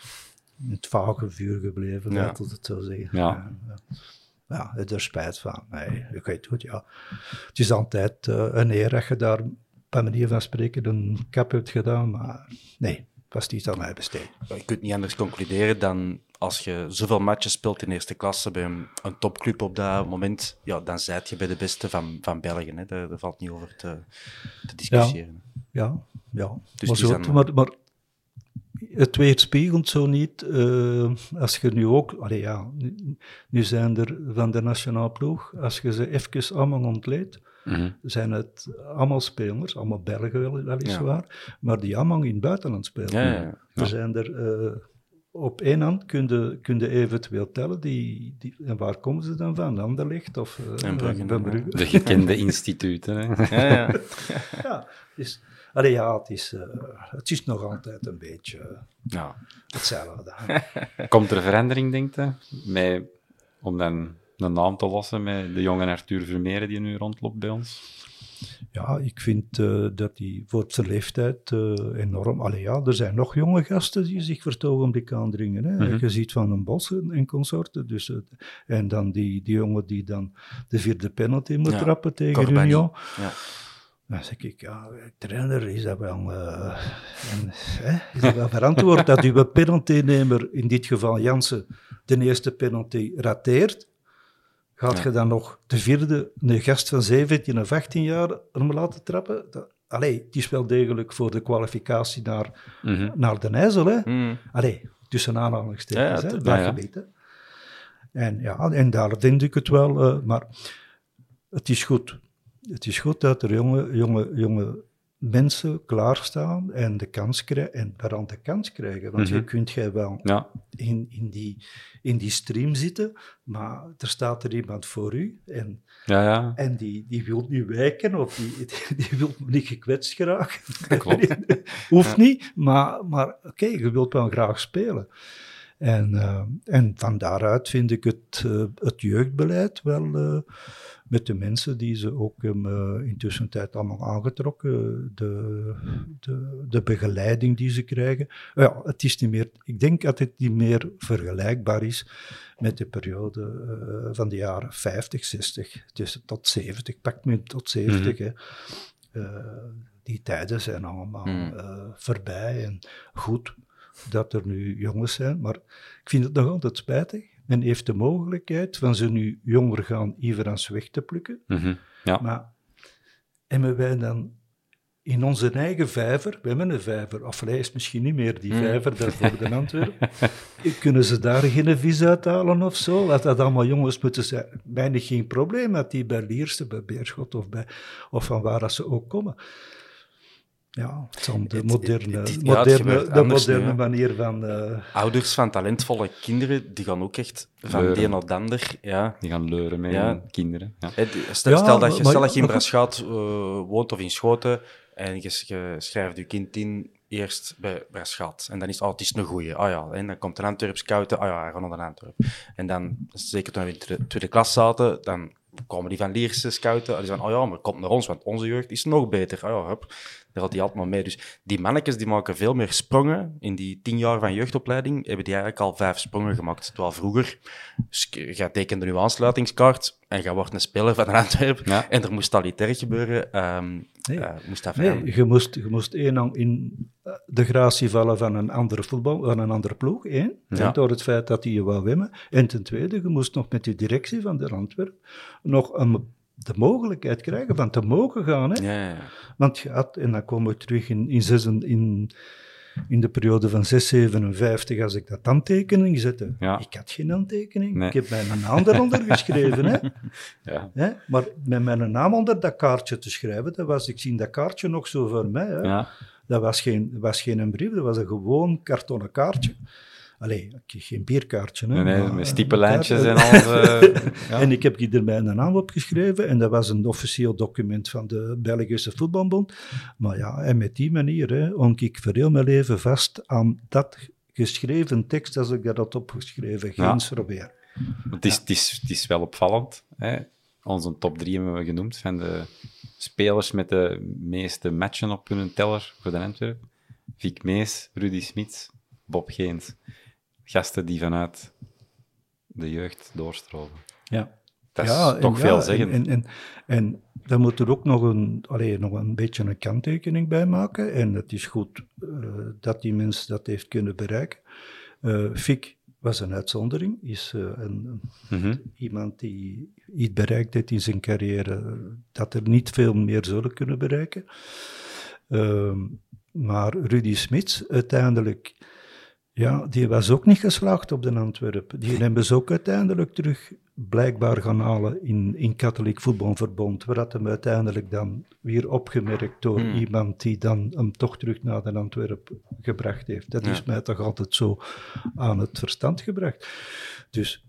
in het vage vuur gebleven, ja. laat ik het zo zeggen. Ja. Uh, ja, er is spijt van. Nee, ik weet het, ja. Het is altijd uh, een eer dat je daar, bij manier van spreken, een kap hebt gedaan, maar nee, het was niet aan mij besteed. Je kunt niet anders concluderen dan... Als je zoveel matches speelt in eerste klasse bij een, een topclub op dat moment, ja, dan zijt je bij de beste van, van België. Hè. Daar, daar valt niet over te, te discussiëren. Ja, ja. ja. Dus maar, zo, dan... maar, maar het weerspiegelt zo niet. Uh, als je nu ook... Allee, ja, nu, nu zijn er van de nationale ploeg, als je ze even allemaal ontleedt, mm-hmm. zijn het allemaal spelers, allemaal Belgen weliswaar, ja. maar die allemaal in het buitenland spelen. Ja, ja, ja. Er zijn er... Uh, op één hand kun je, kun je eventueel tellen, die, die, en waar komen ze dan van? Anderlecht of uh, en Brugge, van Brugge? De gekende instituten. Hè? Ja, ja. ja, dus, allee, ja het, is, uh, het is nog altijd een beetje uh, ja. hetzelfde. Komt er verandering, denk je, met, om dan een naam te lossen met de jonge Arthur Vermeeren die nu rondloopt bij ons? Ja, ik vind uh, dat hij voor zijn leeftijd uh, enorm... Allee, ja, er zijn nog jonge gasten die zich voor het ogenblik aandringen. Hè. Mm-hmm. Je ziet Van den Bos en consorten. Dus, uh, en dan die, die jongen die dan de vierde penalty moet ja. trappen tegen Union. Ja. Dan zeg ik, ja, trainer, is dat wel, uh, en, hè, is dat wel verantwoord dat uw penaltynemer, in dit geval Jansen, de eerste penalty rateert? Gaat ja. je dan nog de vierde, een gast van zeventien of achttien jaar, om laten trappen? Dat, allee, het is wel degelijk voor de kwalificatie naar, mm-hmm. naar de IJssel. Hè? Mm. Allee, tussen aanhalingstekens, ja, ja, hè, dat ja, gebied. Hè? En, ja, en daar denk ik het wel, uh, maar het is goed. Het is goed dat er jonge, jonge, jonge mensen klaarstaan en de kans krijgen, en daaraan de kans krijgen. Want mm-hmm. je kunt jij wel ja. in, in, die, in die stream zitten, maar er staat er iemand voor u en, ja, ja. en die, die wil niet wijken of die, die wil niet gekwetst geraken. Klopt. Hoeft ja. niet, maar, maar oké, okay, je wilt wel graag spelen. En, uh, en van daaruit vind ik het, uh, het jeugdbeleid wel, uh, met de mensen die ze ook um, uh, intussen tijd allemaal aangetrokken, de, de, de begeleiding die ze krijgen. Ja, het is niet meer, ik denk dat het niet meer vergelijkbaar is met de periode uh, van de jaren vijftig, zestig, dus tot zeventig, pak me tot zeventig. Mm-hmm. Hè. Uh, die tijden zijn allemaal mm. uh, voorbij en goed dat er nu jongens zijn, maar ik vind het nog altijd spijtig. Men heeft de mogelijkheid van ze nu jonger gaan Iverans weg te plukken. Mm-hmm. Ja. Maar hebben wij dan in onze eigen vijver, we hebben een vijver, of hij is misschien niet meer die vijver mm. daarvoor de Antwerpen, kunnen ze daar geen vis uithalen of zo? Dat dat allemaal jongens moeten zijn. Bijna geen probleem dat die bij Lierse, bij Beerschot of, bij, of van waar dat ze ook komen. Ja, het is de moderne, het, het, het, moderne, ja, de moderne nu, manier van... Uh... Ouders van talentvolle kinderen, die gaan ook echt van leuren. De een naar de ander... Ja. Die gaan leuren met ja. kinderen. Ja. Stel, stel, ja, dat je, stel dat je in Braschaat uh, woont of in Schoten en je, je schrijft je kind in eerst bij Braschaat. En dan is het, oh, het is een goeie. Oh ja, en dan komt een Antwerp scouten. Oh ja, hij gaat naar de Antwerp. En dan, zeker toen we in de tweede klas zaten, dan komen die van Lierse scouten. Die zeggen, oh ja, maar komt naar ons, want onze jeugd is nog beter. Oh ja, hup. Daar had hij altijd maar mee. Dus die mannetjes die maken veel meer sprongen. In die tien jaar van jeugdopleiding hebben die eigenlijk al vijf sprongen gemaakt. Terwijl vroeger, dus jij tekende je aansluitingskaart en jij wordt een speler van een Antwerp. Ja. En er moest al iets erg gebeuren. Um, nee, uh, moest dat nee je moest, je moest één in de gratie vallen van een andere voetbal, van een andere ploeg. Één, ja. Door het feit dat hij je wou winnen. En ten tweede, je moest nog met de directie van de Antwerp nog een de mogelijkheid krijgen van te mogen gaan. Hè? Ja, ja, ja. Want je had, en dan komen we terug in, in, zes, in, in de periode van zes zevenenvijftig, als ik dat handtekening zette. Ja. Ik had geen handtekening. Nee. Ik heb mijn naam eronder geschreven. Hè? Ja. Hè? Maar met mijn naam onder dat kaartje te schrijven, dat was, ik zie dat kaartje nog zo voor mij. Hè? Ja. Dat was geen, was geen brief, dat was een gewoon kartonnen kaartje. Allee, geen bierkaartje. Hè, nee, maar, met stippenlijntjes en al. Uh, ja. En ik heb hier mijn naam opgeschreven en dat was een officieel document van de Belgische Voetbalbond. Maar ja, en met die manier hè, hong ik voor heel mijn leven vast aan dat geschreven tekst als ik dat had opgeschreven. Geen probeer. Het is, het, is, het is wel opvallend. Hè? Onze top drie hebben we genoemd van de spelers met de meeste matchen op hun teller voor de Antwerpen. Vic Mees, Rudy Smits, Bob Geens. Gasten die vanuit de jeugd doorstromen. Ja. Dat is ja, toch ja, veelzeggend. En, en, en, en dan moet er ook nog een, allee, nog een beetje een kanttekening bij maken. En het is goed uh, dat die mens dat heeft kunnen bereiken. Uh, Fick was een uitzondering. Is uh, een, mm-hmm. iemand die iets bereikt heeft in zijn carrière dat er niet veel meer zullen kunnen bereiken. Uh, maar Rudy Smits uiteindelijk... Ja, die was ook niet geslaagd op de Antwerpen. Die hebben ze ook uiteindelijk terug blijkbaar gaan halen in, in Katholiek Voetbalverbond, waar dat hem uiteindelijk dan weer opgemerkt door hmm. iemand die dan hem toch terug naar de Antwerpen gebracht heeft. Dat ja. is mij toch altijd zo aan het verstand gebracht. Dus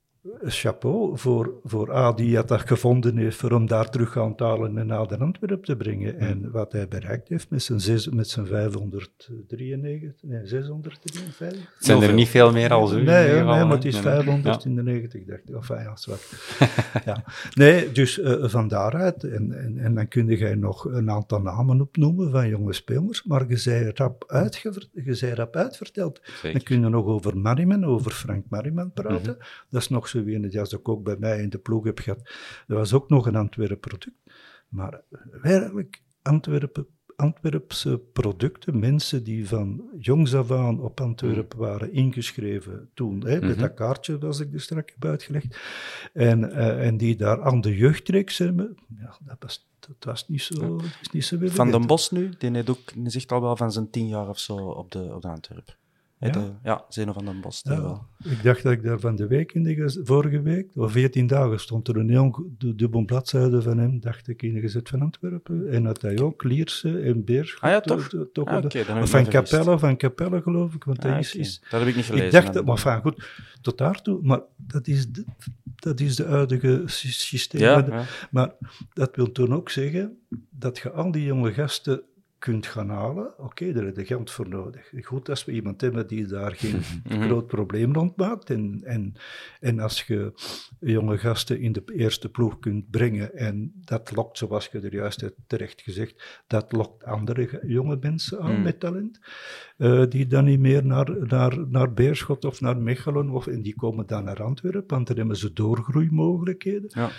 chapeau voor, voor A, die dat, dat gevonden heeft voor hem daar terug aan te halen en naar de Antwerpen te brengen. Mm. En wat hij bereikt heeft met zijn, zes, met zijn vijfhonderddrieënnegentig, nee, zeshonderddrieënvijftig. Het zijn er niet veel meer als u? Nee, nee, maar het is vijfhonderdnegentig, ja. dacht ik. Of ja, zwart. ja. Nee, dus uh, van daaruit. En, en, en dan kun je nog een aantal namen opnoemen van jonge spelers, maar je zei rap, uitgever, je zei rap uitverteld. Zeker. Dan kun je nog over Mariman, over Frank Mariman praten. Mm-hmm. Dat is nog zo weer, dat ik ook bij mij in de ploeg heb gehad. Dat was ook nog een Antwerpen product. Maar werkelijk Antwerpen, Antwerpse producten, mensen die van jongs af aan op Antwerpen waren ingeschreven toen, hè, mm-hmm. met dat kaartje dat ik er straks heb uitgelegd, en, uh, en die daar aan de jeugdreeks hebben, ja, dat was, dat was niet zo, dat is niet zo Van den Bos nu, die heeft ook, die zegt al wel van zijn tien jaar of zo op de, op de Antwerpen. Ja, de, ja Zeno van den Bos. Ja, wel. Ik dacht dat ik daar van de week, in de, vorige week, of veertien dagen, stond er een heel dubbel bladzijde van hem, dacht ik, in de Gezet van Antwerpen. En dat hij ook Lierse en Beerschot. Ah ja, toch? To, to, ah, okay, of van Capelle, van Capelle geloof ik. Want ah, dat, is, okay. is, dat heb ik niet gelezen. Ik dacht, dat, maar van goed, tot daartoe, maar dat is de, dat is de huidige systeem. Ja, ja. Maar dat wil toen ook zeggen dat je al die jonge gasten kunt gaan halen, oké, okay, daar heb je geld voor nodig. Goed als we iemand hebben die daar geen groot probleem rond maakt. En, en, en als je jonge gasten in de eerste ploeg kunt brengen en dat lokt, zoals je er juist hebt terecht gezegd, dat lokt andere jonge mensen aan mm. met talent, uh, die dan niet meer naar, naar, naar Beerschot of naar Mechelen, of, en die komen dan naar Antwerpen, want dan hebben ze doorgroeimogelijkheden. Ja.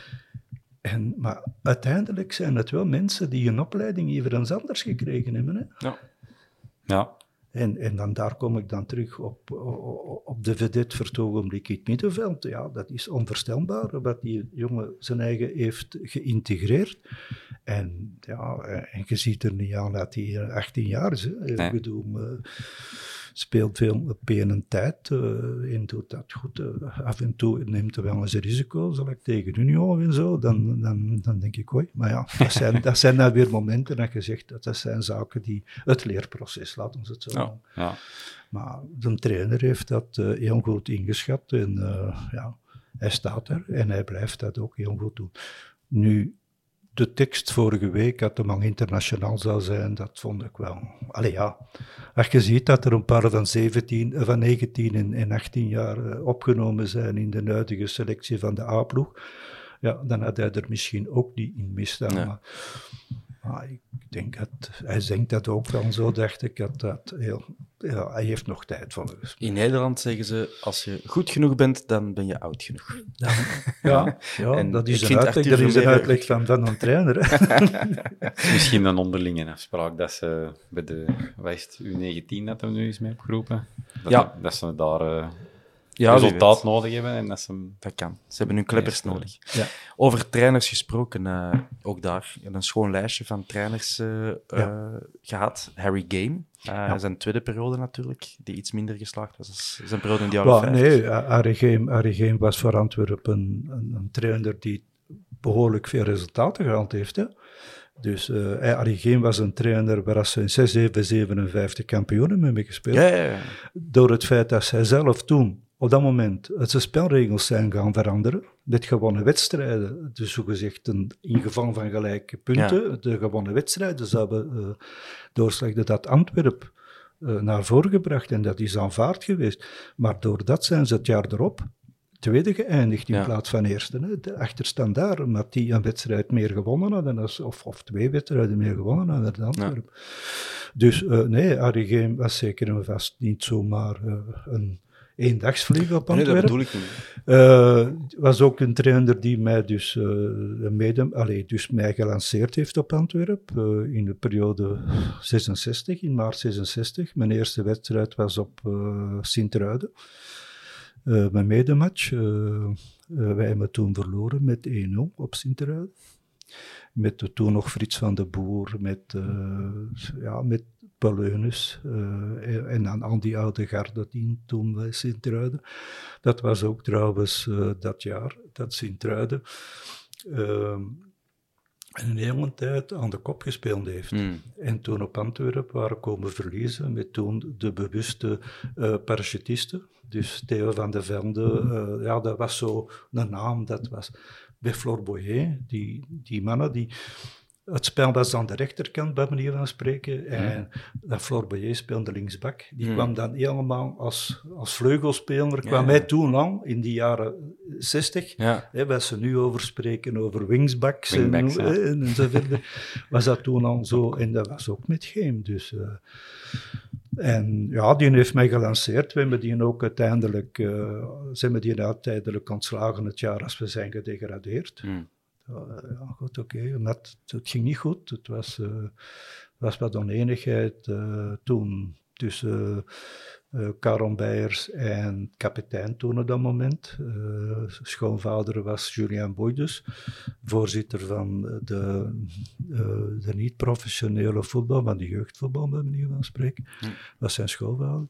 En, maar uiteindelijk zijn het wel mensen die een opleiding ergens anders gekregen hebben. Hè? Ja. Ja. En, en dan daar kom ik dan terug op, op, op de vedette voor het ogenblik in het middenveld. Ja, dat is onvoorstelbaar wat die jongen zijn eigen heeft geïntegreerd. En, ja, en je ziet er niet aan dat hij achttien jaar is. Hè. Nee. Ik bedoel, uh, speelt veel op een tijd uh, en doet dat goed. Uh, af en toe neemt hij wel eens een risico, zal ik tegen Union en zo, dan, dan, dan denk ik, hoi. Maar ja, dat zijn, dat zijn dan weer momenten dat je zegt, dat, dat zijn zaken die het leerproces, laten we het zo ja, ja. Maar de trainer heeft dat uh, heel goed ingeschat en uh, ja, hij staat er en hij blijft dat ook heel goed doen. Nu, de tekst vorige week dat de man internationaal zou zijn, dat vond ik wel. Allee ja, als je ziet dat er een paar van, zeventien, van negentien en, en achttien jaar uh, opgenomen zijn in de huidige selectie van de A-ploeg, ja, dan had hij er misschien ook niet in misstaan. Ja. Maar, maar ik denk dat, hij denkt dat ook wel zo, dacht ik, dat dat heel, ja, hij heeft nog tijd volgens mij. In Nederland zeggen ze, als je goed genoeg bent, dan ben je oud genoeg. Ja, ja, ja en dat is een uitleg, dat is een uitleg van, van een trainer. Misschien een onderlinge afspraak, dat ze bij de, wat is het, U negentien dat we nu eens mee opgeroepen, dat, ja. dat ze daar uh, ja, resultaat nodig hebben. En dat, ze... dat kan. Ze hebben nu kleppers ja, nodig. Ja. Over trainers gesproken, uh, ook daar een schoon lijstje van trainers uh, ja. uh, gehad. Harry Game, uh, ja. zijn tweede periode natuurlijk, die iets minder geslaagd was als zijn periode in de jaren well, vijftig. Nee, Harry Game, Harry Game was voor Antwerpen een, een, een trainer die behoorlijk veel resultaten gehaald heeft. Hè? Dus uh, Harry Game was een trainer waar ze in zes zeven zevenenvijftig kampioenen mee gespeeld. Ja, ja, ja. Door het feit dat zij zelf toen, op dat moment, het zijn spelregels zijn gaan veranderen, met gewonnen wedstrijden, dus zogezegd een ingeval van gelijke punten, ja. de gewonnen wedstrijden zouden uh, doorslagen dat Antwerpen uh, naar voren gebracht en dat is aanvaard geweest. Maar doordat zijn ze het jaar erop tweede geëindigd in ja. plaats van eerste. Hè. De achterstand daar, omdat die een wedstrijd meer gewonnen hadden, als, of, of twee wedstrijden meer gewonnen hadden dan Antwerpen. Ja. Dus uh, nee, Harry Game was zeker en vast niet zomaar uh, een eendagsvlieg op Antwerpen. Nee, dat bedoel ik niet. Uh, was ook een trainer die mij dus, uh, mede, allez, dus mij gelanceerd heeft op Antwerpen uh, in de periode zesenzestig, in maart zesenzestig. Mijn eerste wedstrijd was op uh, Sint-Truiden. Uh, mijn medematch. Uh, uh, wij hebben toen verloren met één nul op Sint-Truiden. Met uh, toen nog Frits van de Boer, met, uh, ja, met Paleunus uh, en dan al die oude garde die toen bij Sint-Truiden. Dat was ook trouwens uh, dat jaar dat Sint-Truiden uh, een hele tijd aan de kop gespeeld heeft. Mm. En toen op Antwerpen waren komen verliezen met toen de bewuste uh, parachutisten. Dus Theo van de Velde, uh, ja, dat was zo een naam, dat was bij Flor Boyer, die, die mannen die... Het spel was aan de rechterkant, bij manier van spreken, en mm. Flor Boyer speelde linksbak. Die mm. kwam dan helemaal als, als vleugelspeler, ja, kwam hij ja. toen lang, in die jaren zestig, ja. hè, waar ze nu over spreken, over wingsbacks, Wingbacks, en, ja. en, en zo verder, was dat toen al zo, en dat was ook met Game, dus... Uh, En ja, die heeft mij gelanceerd. We hebben die ook uiteindelijk, uh, zijn we die uiteindelijk ontslagen het jaar als we zijn gedegradeerd. Mm. Uh, ja, goed, oké. Okay. Het, het ging niet goed. Het was, uh, was wat oneenigheid uh, toen tussen uh, Karel Beijers en kapitein toen op dat moment. Uh, schoonvader was Julien Boydes, voorzitter van de, uh, de niet-professionele voetbal, maar de jeugdvoetbal, bij manier van spreken. Hm. Was zijn schoonvader.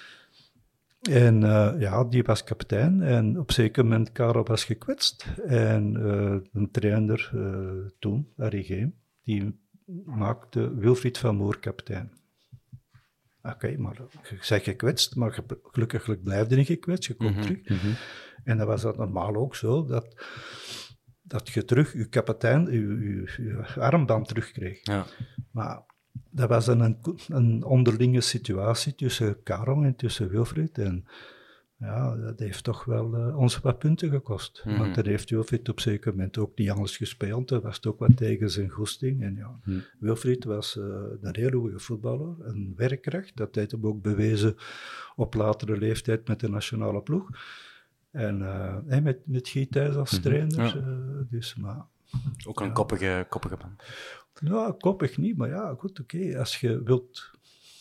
En uh, ja, die was kapitein en op een zeker moment Karel was gekwetst. En uh, een trainer uh, toen, Harry Game, die maakte Wilfried van Moer kapitein. Oké, okay, maar je bent gekwetst, maar je, gelukkig blijf je niet gekwetst, je komt mm-hmm, terug. Mm-hmm. En dan was dat normaal ook zo, dat, dat je terug je kapitein, je, je, je armband terugkreeg. Ja. Maar dat was een, een onderlinge situatie tussen Karel en tussen Wilfried. En ja, dat heeft toch wel uh, ons wat punten gekost. Mm-hmm. Want dan heeft Wilfried op een zeker moment ook niet anders gespeeld. Dat was het ook wat tegen zijn goesting. En ja, mm. Wilfried was uh, een hele goede voetballer, een werkkracht. Dat heeft hem ook bewezen op latere leeftijd met de nationale ploeg. En uh, met, met Guy Thijs als mm-hmm. trainer. Ja. Uh, dus, maar, ook een ja. koppige, koppige man. Nou, koppig niet, maar ja, goed, oké. Okay. Als je wilt,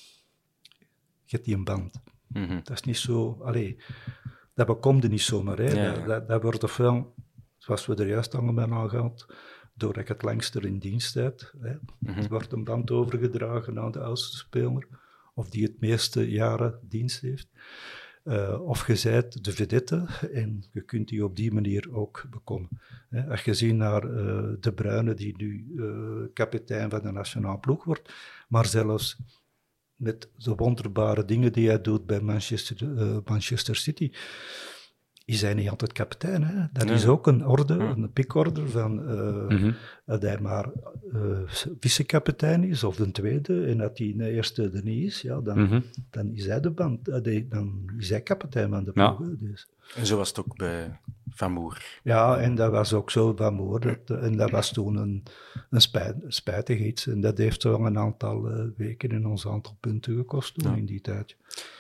je hebt die een band. Mm-hmm. Dat is niet zo, allee, dat bekomt er niet zomaar. Hè. Ja, ja. Dat, dat, dat wordt ofwel, zoals we er juist allemaal aan gehad, doordat je het langster in dienst hebt. Hè. Mm-hmm. Er wordt een band overgedragen aan de oudste speler, of die het meeste jaren dienst heeft. Uh, of je zijt de vedette en je kunt die op die manier ook bekomen. Hè. Als je ziet naar uh, De Bruyne, die nu uh, kapitein van de nationale ploeg wordt, maar zelfs met de wonderbare dingen die hij doet bij Manchester, uh, Manchester City, is hij niet altijd kapitein. Hè? Dat ja. is ook een orde, ja. een pikorde van uh, mm-hmm. dat hij maar uh, vice-kapitein is, of de tweede, en dat hij de eerste er niet is, ja, dan, mm-hmm. dan is hij de band, uh, dan is hij kapitein van de ploeg. Ja. Dus. En zo was het ook bij Van Moer. Ja, en dat was ook zo Van Moer. Dat, en dat was toen een, een spijt, spijtig iets. En dat heeft wel een aantal uh, weken en ons aantal punten gekost toen ja. in die tijd.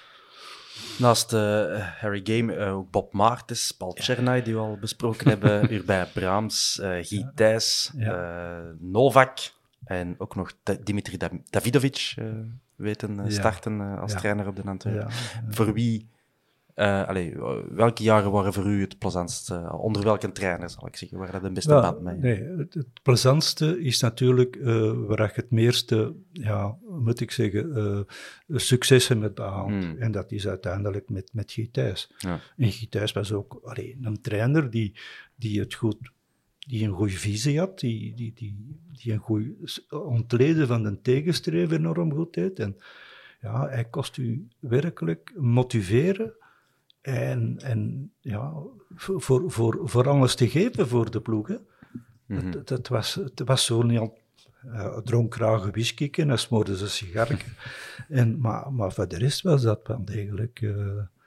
Naast uh, Harry Game uh, ook Bob Maartens, Paul Czernay, die we al besproken hebben, Urbain Braams, uh, Guy ja. Thijs, ja. uh, Novak en ook nog Dimitri Davidovic uh, weten uh, starten uh, als ja. trainer op de Antwerpen. Ja. Ja. Voor wie... Uh, allez, welke jaren waren voor u het plezantste? Uh, onder welke trainer, zal ik zeggen, waar dat de beste well, band mee? Nee, het, het plezantste is natuurlijk uh, waar je het meeste, ja, moet ik zeggen, uh, successen met behaalt. Hmm. En dat is uiteindelijk met, met Guy Thijs. Ja. En Guy Thijs was ook allee, een trainer die, die het goed... die een goede visie had, die, die, die, die een goed ontleden van de tegenstrever enorm goed deed. En ja, hij kost u werkelijk motiveren en, en ja, voor, voor, voor alles te geven voor de ploeg. Hè. Mm-hmm. Dat, dat was, het was zo niet al... Uh, dronk graag een whisky en dan smoorde ze een sigaretje. en, maar, maar voor de rest was dat wel degelijk uh,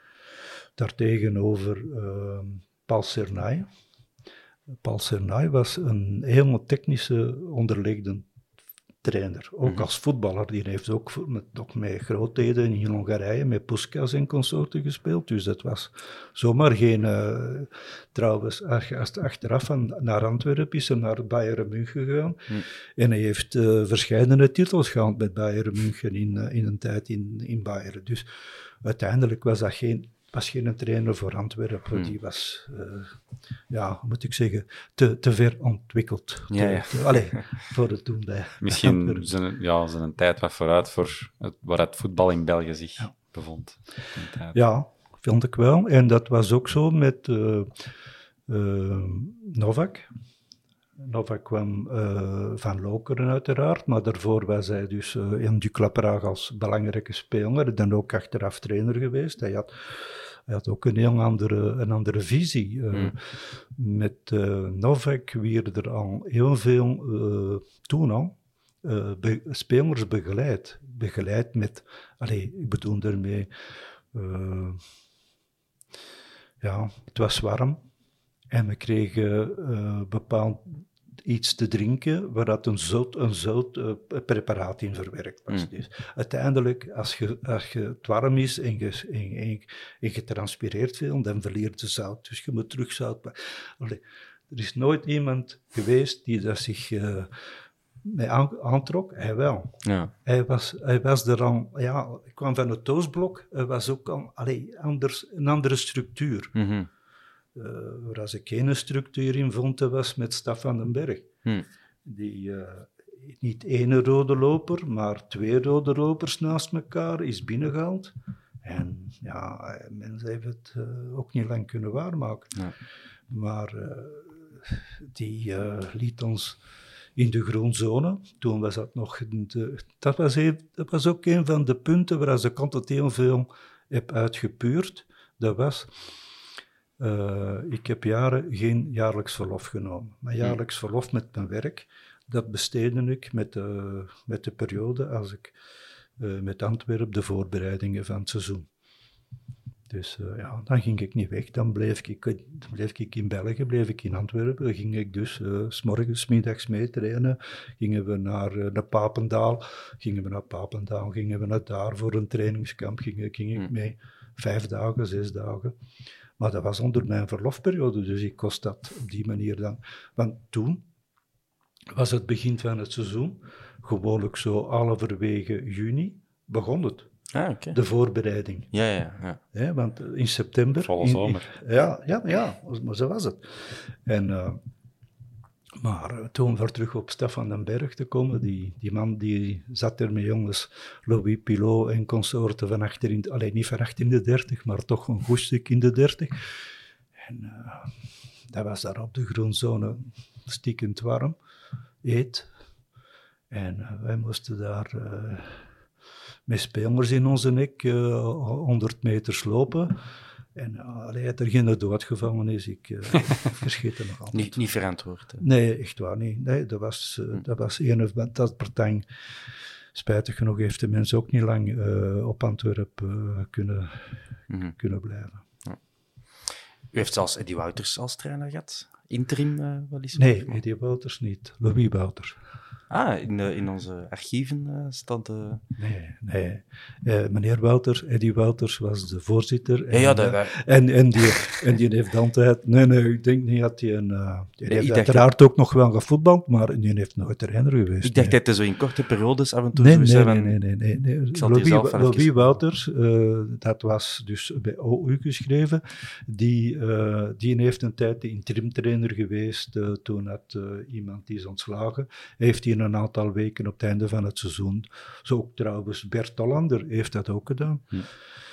daartegenover uh, Paul Czernay. Paul Czernay was een helemaal technische onderlegde trainer. Ook mm-hmm. als voetballer. Die heeft ook met, ook met grootheden in Hongarije, met Puskas en consorten gespeeld. Dus dat was zomaar geen... Uh, trouwens, als je achteraf van, naar Antwerpen is en naar Bayern München gegaan. Mm. En hij heeft uh, verschillende titels gehaald met Bayern München in, uh, in een tijd in, in Bayern. Dus uiteindelijk was dat geen... was geen trainer voor Antwerpen, hmm. die was, uh, ja, hoe moet ik zeggen, te, te ver ontwikkeld. Ja, ja. Te, allee, voor het doen bij Misschien zijn, ja, zijn een tijd wat vooruit voor het, waar het voetbal in België zich ja. bevond. Ja, vind ik wel. En dat was ook zo met uh, uh, Novak. Novak kwam uh, van Lokeren uiteraard, maar daarvoor was hij dus uh, in Dukla Praag als belangrijke speler, dan ook achteraf trainer geweest. Hij had, hij had ook een heel andere, een andere visie. Uh, mm. Met uh, Novak werden er al heel veel, uh, toen al, uh, be- spelers begeleid. Begeleid met, allez, ik bedoel daarmee, uh, ja, het was warm. En we kregen uh, bepaald iets te drinken waar dat een zout, een zout uh, preparaat in verwerkt was. Mm. Dus uiteindelijk, als, je, als je het warm is en je, en, en, en je transpireert veel, dan verliert je zout. Dus je moet terug zout... Allee, er is nooit iemand geweest die dat zich uh, mee aan, aantrok. Hij wel. Ja. Hij, was, hij was er al... Ja, hij kwam van het Oostblok. Hij was ook al allee, anders, een andere structuur. Mm-hmm. Uh, waar als ik geen structuur in vond, dat was met Staf van den Berg. Hmm. Die uh, niet één rode loper, maar twee rode lopers naast elkaar is binnengehaald. En ja, mensen hebben het uh, ook niet lang kunnen waarmaken. Ja. Maar uh, die uh, liet ons in de groenzone. Toen was dat nog... De, dat, was een, dat was ook een van de punten waar ik altijd heel veel heb uitgepuurd. Dat was... Uh, ik heb jaren geen jaarlijks verlof genomen. Maar jaarlijks verlof met mijn werk, dat besteedde ik met de, met de periode als ik uh, met Antwerpen de voorbereidingen van het seizoen. Dus uh, ja, dan ging ik niet weg. Dan bleef ik, dan bleef ik in België, bleef ik in Antwerpen. Dan ging ik dus uh, 's morgens, 's middags mee trainen. Gingen we naar, uh, naar Papendaal. Gingen we naar Papendaal, gingen we naar daar voor een trainingskamp. Ging, ging ik mee. Vijf dagen, zes dagen. Maar dat was onder mijn verlofperiode, dus ik kost dat op die manier dan. Want toen was het begin van het seizoen, gewoonlijk zo halverwege juni, begon het. Ah, okay. De voorbereiding. Ja, ja, ja. Ja, want in september... Volle in, zomer. In, ja, ja, ja, maar zo was het. En, uh, maar uh, toen voor terug op Stefan den Berg te komen, die, die man die zat er met jongens, Louis Pilot en consorten van achter in, alleen niet van achter in de dertig, maar toch een goed stuk in de dertig. En uh, dat was daar op de groenzone stiekend warm, eet. En uh, wij moesten daar... Uh, met spelers in onze nek, uh, honderd meter lopen. En uh, allee, het er geen doodgevallen is, ik uh, vergeet het nog altijd. Niet, niet verantwoord. Hè? Nee, echt waar niet. Nee, dat was, uh, dat was een of dat partij. Spijtig genoeg heeft de mens ook niet lang uh, op Antwerpen uh, kunnen, mm-hmm. kunnen blijven. Ja. U heeft zelfs Eddie Wouters als trainer gehad? Interim uh, wel eens? Nee, Eddie Wouters niet. Louis Wouters. Ah, in, de, in onze archieven uh, staat... Uh... Nee, nee. Uh, meneer Wouters, Eddie Wouters was de voorzitter. En, ja, ja, dat, dat... en, en, die, en die heeft altijd... Nee, nee, ik denk niet dat hij een... Uh, die nee, heeft uiteraard dat... ook nog wel gevoetbald, maar die heeft nooit trainer geweest. Ik dacht nee. dat hij zo in korte periodes af en toe... Nee, zo nee, zei nee, van... nee, nee, nee, nee. Louis, Louis Wouters, uh, dat was dus bij O U geschreven, die, uh, die heeft een tijd de interimtrainer geweest, uh, toen had uh, iemand die is ontslagen, heeft hij een aantal weken op het einde van het seizoen. Zo ook trouwens, Bert Hollander heeft dat ook gedaan. Hm.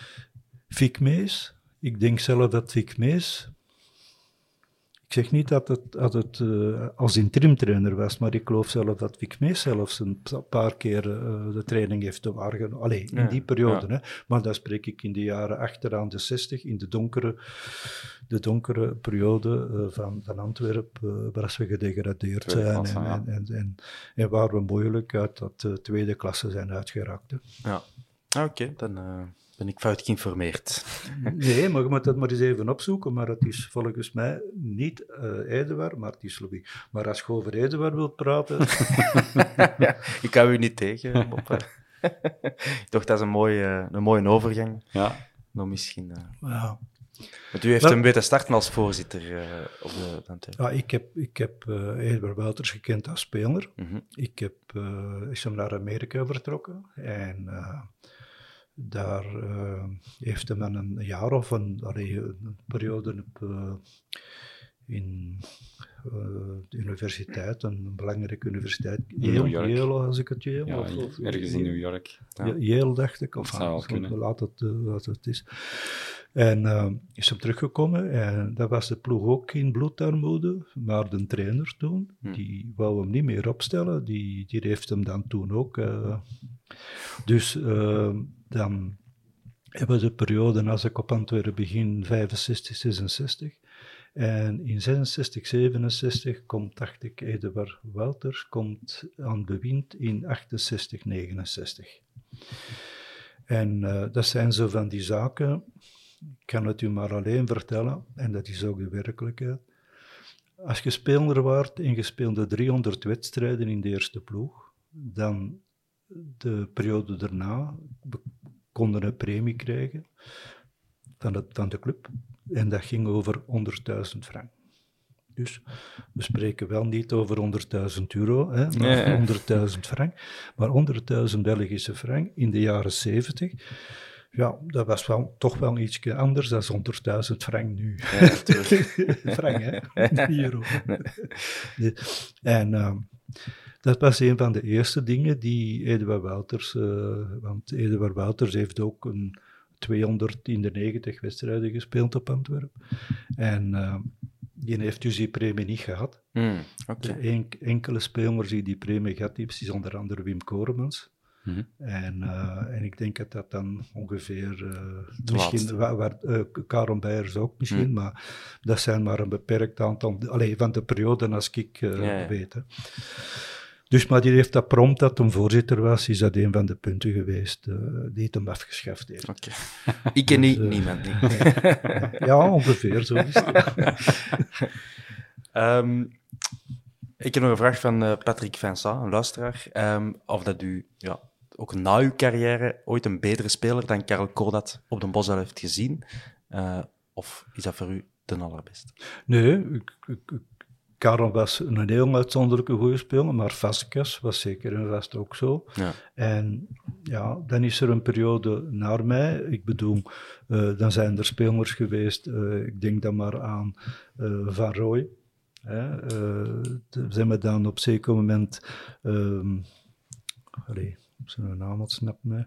Fick Mees, ik denk zelf dat Fick Mees, ik zeg niet dat het, dat het uh, als interimtrainer was, maar ik geloof zelf dat Fick Mees zelfs een paar keer uh, de training heeft waargenomen. Allee, in ja, die periode. Ja. Hè. Maar dan spreek ik in de jaren achteraan de zestig, in de donkere, de donkere periode uh, van, van Antwerpen, uh, waar we gedegradeerd Tweede zijn klasse, en, ja. en, en, en, en waar we moeilijk uit dat uh, tweede klasse zijn uitgeraakt. Hè. Ja, oké, okay, dan... Uh... ben ik fout geïnformeerd. Nee, maar je moet dat maar eens even opzoeken. Maar het is volgens mij niet uh, Eduard, maar het is Louis. Maar als je over Eduard wilt praten... ja, ik hou u niet tegen, Bob. Toch, dat is een mooie, een mooie overgang. Ja. Nou, misschien... Uh... Ja. Want u heeft maar, hem weten starten als voorzitter uh, op de Antwerpen. Ja, ik heb, ik heb uh, Eduard Wouters gekend als speler. Mm-hmm. Ik heb, uh, is hem naar Amerika vertrokken. En... Uh, Daar uh, heeft hij men een jaar of een, allee, een periode op, uh, in uh, de universiteit, een belangrijke universiteit, Yale, Yale als ik het Yale. Ja, of, of, ergens in New York. Ja. Yale, dacht ik, of laat het uh, wat het is. En uh, is hem teruggekomen en dat was de ploeg ook in bloedarmoede, maar de trainer toen, hmm. die wou hem niet meer opstellen, die, die heeft hem dan toen ook... Uh, dus... Uh, Dan hebben we de periode, als ik op Antwerpen begin, vijfenzestig, zesenzestig. En in zesenzestig, zevenenzestig komt, dacht ik, Eduard Wouters komt aan bewind in achtenzestig, negenenzestig. En uh, dat zijn zo van die zaken, ik kan het u maar alleen vertellen, en dat is ook de werkelijkheid. Als je speler waart en je speelde driehonderd wedstrijden in de eerste ploeg, dan... de periode daarna konden een premie krijgen van, het, van de club. En dat ging over honderdduizend frank. Dus we spreken wel niet over honderdduizend euro, hè, maar ja, ja. honderdduizend frank. Maar honderdduizend Belgische frank in de jaren zeventig, ja, dat was wel, toch wel iets anders dan honderdduizend frank nu. Ja, frank, hè? Niet euro. Nee. En... Uh, Dat was een van de eerste dingen die Eduard Wouters, uh, want Eduard Wouters heeft ook een tweehonderdnegentig wedstrijden gespeeld op Antwerpen. En uh, die heeft dus die premie niet gehad. Mm, okay. De en, enkele spelers die die premie gehad hebben, is onder andere Wim Koremans. Mm-hmm. En, uh, en ik denk dat dat dan ongeveer, uh, misschien, waar, waar, uh, Karon Beijers ook misschien, mm. maar dat zijn maar een beperkt aantal, allee, van de periode als ik uh, ja, ja. weet. Hè. Dus, maar die heeft dat prompt dat toen voorzitter was, is dat een van de punten geweest uh, die het hem afgeschaft heeft. Oké. Okay. Ik ken niet, dus, uh, niemand niet. Ja, ja, ongeveer, zo is het. um, ik heb nog een vraag van uh, Patrick Vincent, een luisteraar. Um, of dat u, ja, ook na uw carrière, ooit een betere speler dan Karel Kordat op Den Bosch heeft gezien? Uh, of is dat voor u de allerbeste? Nee, ik, ik, Karel was een heel uitzonderlijke goede speler, maar Vazquez was zeker en vast ook zo. Ja. En ja, dan is er een periode naar mij. Ik bedoel, uh, dan zijn er spelers geweest, uh, ik denk dan maar aan uh, Van Rooij. Hè, uh, de, zijn we dan op zeker moment... Um, allee, zijn naam ontsnapt mij.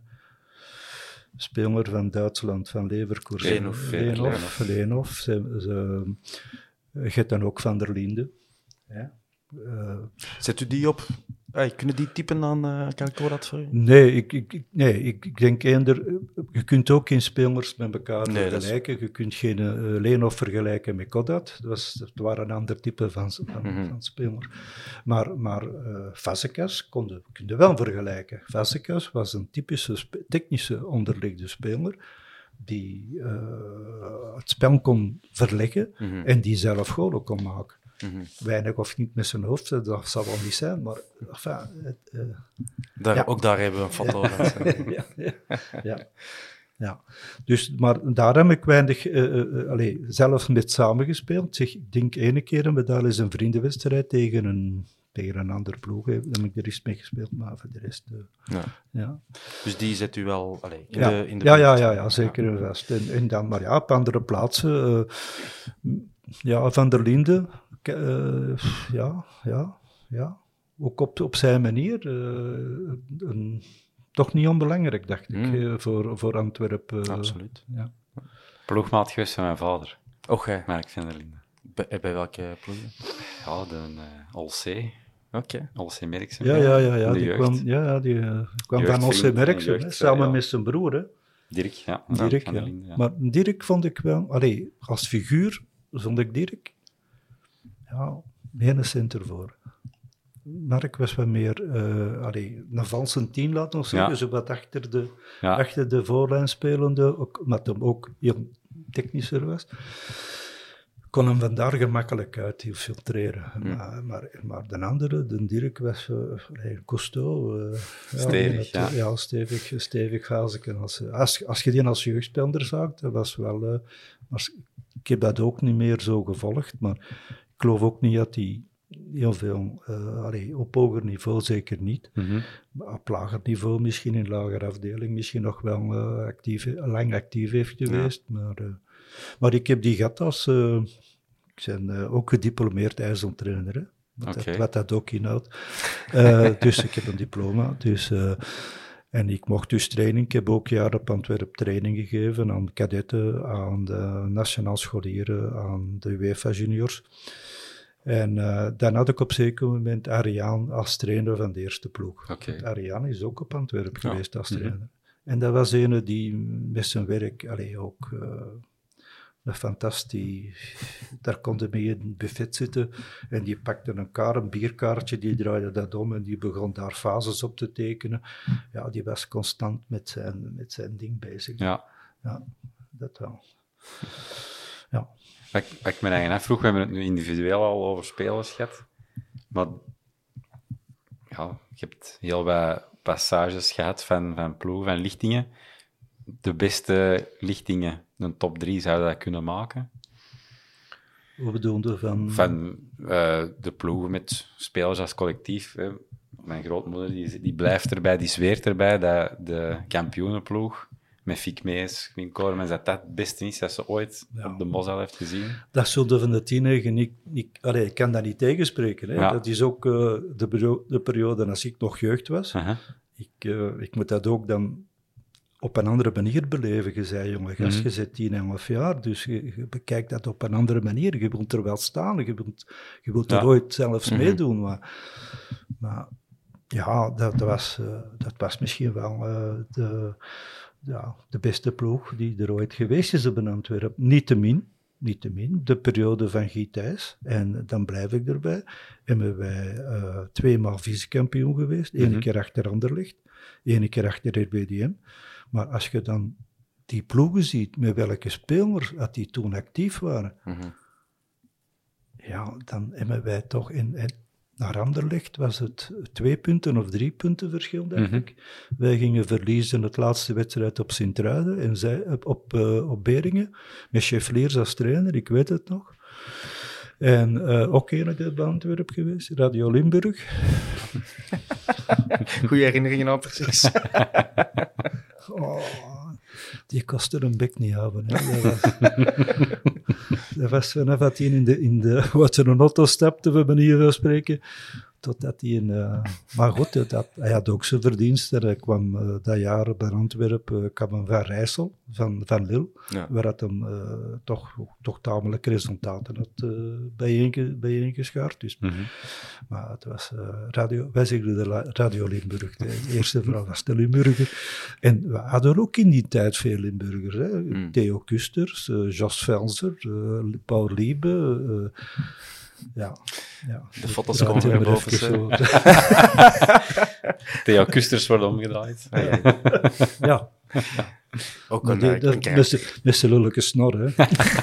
Speler van Duitsland, van Leverkusen. Leenhoff. Leenhoff. Leenhoff. Ze, ze, je hebt dan ook Van der Linde. Ja. Uh, Zet u die op? Hey, kunnen die typen aan uh, Karel Kordat voor u? Nee, ik, ik, nee ik, ik denk eerder... Je kunt ook geen spelers met elkaar nee, vergelijken. Is... Je kunt geen uh, Leenhoff vergelijken met Kordat. Dat, was, dat waren een ander type van, van, mm-hmm. van speler. Maar, maar uh, Vazquez kon je wel vergelijken. Vazquez was een typische spe- technische onderlegde speler die uh, het spel kon verleggen mm-hmm. en die zelf golen kon maken. Mm-hmm. Weinig of niet met zijn hoofd, dat zal wel niet zijn, maar enfin, het, uh, daar, ja. Ook daar hebben we een foto van. ja, ja, ja, ja. Dus, maar daar heb ik weinig uh, uh, allez, zelf met samengespeeld. Zeg, ik denk ene keer hebben we daar eens een vriendenwedstrijd tegen een, tegen een ander ploeg, heb ik er eens mee gespeeld, maar voor de rest... Uh, ja. Ja. Dus die zet u wel allez, in, ja. de, in de... Ja, ja, ja, ja, zeker en vast. En, en dan, maar ja, op andere plaatsen... Uh, ja, Van der Linde... Uh, ja, ja, ja. Ook op, op zijn manier. Uh, een, toch niet onbelangrijk, dacht ik, mm. uh, voor, voor Antwerpen. Uh, Absoluut. Ja. Ploegmaat geweest van mijn vader. Och, gij. Mark van der Linde. Bij, bij welke ploegen? Ja, de uh, O C. Oké. Okay. O C Merksem. Ja, ja, ja. ja de die jeugd. kwam, ja, die uh, kwam van O C Merksem, samen ja. met zijn broer. Hè. Dirk, ja. Dirk, van ja. der Linde, ja. Maar Dirk vond ik wel... Allee, als figuur vond ik Dirk... Ja, geen cent ervoor. Mark was wat meer uh, allee, een valse tien, laten we zeggen, ja. Zo wat achter de, ja. achter de voorlijn spelende, ook, omdat hij ook heel technischer was. Kon hem vandaar gemakkelijk uit filtreren. Mm. Maar, maar, maar de andere, de Dirk, was uh, costaud. Uh, stevig, ja. ja. Ja, stevig, stevig gazen. Als, als, als je die als jeugdspeler zag, dat was wel... Uh, was, ik heb dat ook niet meer zo gevolgd, maar ik geloof ook niet dat hij heel veel, uh, allee, op hoger niveau zeker niet, mm-hmm. maar op lager niveau misschien, in lagere afdeling misschien nog wel uh, actief, lang actief heeft geweest. Ja. Maar, uh, maar ik heb die gehad als, uh, ik ben uh, ook gediplomeerd ijzeltrainer, hè, wat, okay. dat, wat dat ook inhoudt. Uh, dus ik heb een diploma, dus... Uh, En ik mocht dus training. Ik heb ook jaren op Antwerpen training gegeven aan kadetten, aan de nationaal scholieren, aan de UEFA juniors. En uh, dan had ik op zeker moment Ariaan als trainer van de eerste ploeg. Okay. Ariaan is ook op Antwerpen ja. geweest als trainer. Mm-hmm. En dat was een die met zijn werk allee, ook... Uh, een fantastisch. Daar kon je mee in het buffet zitten en die pakte een kaart, een bierkaartje, die draaide dat om en die begon daar fases op te tekenen. Ja, die was constant met zijn, met zijn ding bezig. Ja. Ja, dat wel. Ja. Wat, wat ik me eigenlijk afvroeg, we hebben het nu individueel al over spelers gehad, maar ja, je hebt heel wat passages gehad van, van ploegen, van lichtingen. De beste lichtingen, een top drie, zouden dat kunnen maken? Hoe bedoelde van... Van uh, de ploegen met spelers als collectief. Hè. Mijn grootmoeder die, die blijft erbij, die zweert erbij dat de kampioenenploeg met Fiek Mees, Wim Koormans, dat dat het beste is dat ze ooit ja. op de Bos al heeft gezien. Dat zullen van de tien negen niet... niet allee, ik kan dat niet tegenspreken. Hè. Ja. Dat is ook uh, de, perio- de periode als ik nog jeugd was. Uh-huh. Ik, uh, ik moet dat ook dan... op een andere manier beleven. Je zei, jonge gast, mm-hmm. je zit tien, elf jaar, dus je, je bekijkt dat op een andere manier. Je wilt er wel staan, je wilt, je wilt ja. er ooit zelfs mm-hmm. meedoen. Maar, maar ja, dat, dat, was, uh, dat was misschien wel uh, de, ja, de beste ploeg die er ooit geweest is op Antwerpen. Niettemin, niettemin, de periode van Guy Thijs, en dan blijf ik erbij, hebben wij uh, tweemaal vicekampioen geweest, één mm-hmm. keer achter Anderlecht, één keer achter R B D M. Maar als je dan die ploegen ziet, met welke spelers dat die toen actief waren, mm-hmm. ja, dan hebben wij toch in... in naar Anderlecht was het twee punten of drie punten verschil, denk mm-hmm. ik. Wij gingen verliezen het laatste wedstrijd op Sint-Truiden en zij op, op, uh, op Beringen, met Chef Leers als trainer, ik weet het nog. En uh, ook een keer bij Antwerpen geweest, Radio Limburg. Goeie herinneringen aan precies. Oh, die kost er een bek niet hebben. Hè. Dat was, dat was vanaf dat hij in de, in de wat er een auto stapte, we hebben hier wel spreken, totdat hij een... Uh, maar goed, dat, hij had ook zijn verdiensten. Hij kwam uh, dat jaar bij Antwerpen, uh, kwam van Rijssel, van, van Lille, ja. waar hij uh, toch, toch tamelijk resultaten had uh, bijeen, bijeengeschaard. Dus. Mm-hmm. Maar het was uh, radio, wij zeggen de la, Radio Limburg. De eerste vrouw was de Limburger. En we hadden ook in die tijd veel Limburgers. Hè. Mm. Theo Kusters, uh, Jos Velzer, uh, Paul Liebe... Uh, Ja, ja. De foto's ja, komen weer boven. Theo Kusters wordt omgedraaid. Ja. ja. ja. Ook een, die, dat, met, met zijn lullijke snor, hè.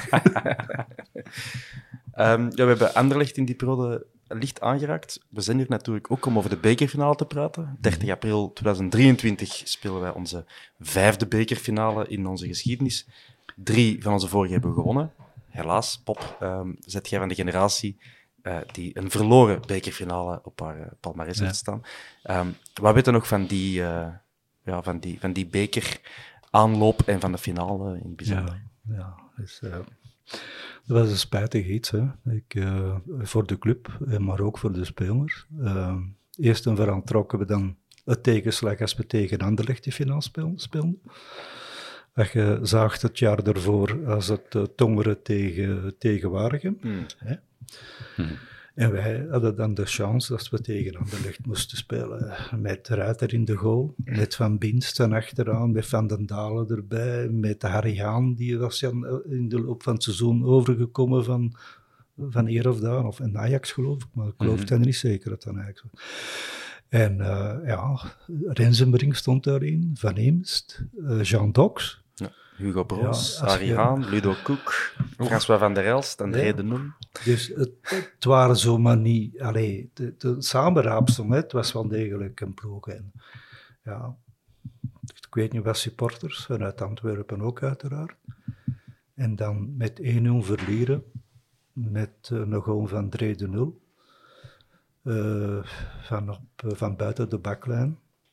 um, ja, we hebben Anderlecht in die periode licht aangeraakt. We zijn hier natuurlijk ook om over de bekerfinale te praten. dertig april tweeduizend drieëntwintig spelen wij onze vijfde bekerfinale in onze geschiedenis. Drie van onze vorige hebben we gewonnen. Helaas, Pop, um, zet jij van de generatie uh, die een verloren bekerfinale op haar uh, palmarès ja. heeft staan. Um, wat weet je nog van die, uh, ja, van die, van die bekeraanloop en van de finale in het bijzonder? Ja, ja dus, uh, dat was een spijtig iets. Hè. Ik, uh, voor de club, maar ook voor de spelers. Uh, eerst en vooral trokken we dan het tegenslag als we tegen Anderlecht die finale speelden. Dat je zag het jaar daarvoor als het uh, Tongeren tegen, tegen Waregem. Mm. Hè? Mm. En wij hadden dan de chance dat we tegen Anderlecht moesten spelen. Met Ruiter in de goal, met Van Binst van achteraan, met Van den Dalen erbij, met Harry Haan, die was in de loop van het seizoen overgekomen van, van hier of daar, of in Ajax geloof ik, maar ik geloof het mm-hmm. niet zeker dat het Ajax was. En uh, ja, Rensenbrink stond daarin, Van Eemst, uh, Jean Dox. Ja, Hugo Broos, ja, Harry Haan, je... Ludo Koek, François van der Elst, André ja. de Noem. Dus het, het waren zomaar niet... Allee, de, de samenraapsel, het was wel degelijk een ploeg. En, ja, ik weet niet wat supporters, vanuit Antwerpen ook uiteraard. En dan met één nul verliezen, met uh, een goal van drie nul. Uh, van, op, uh, van buiten de baklijn.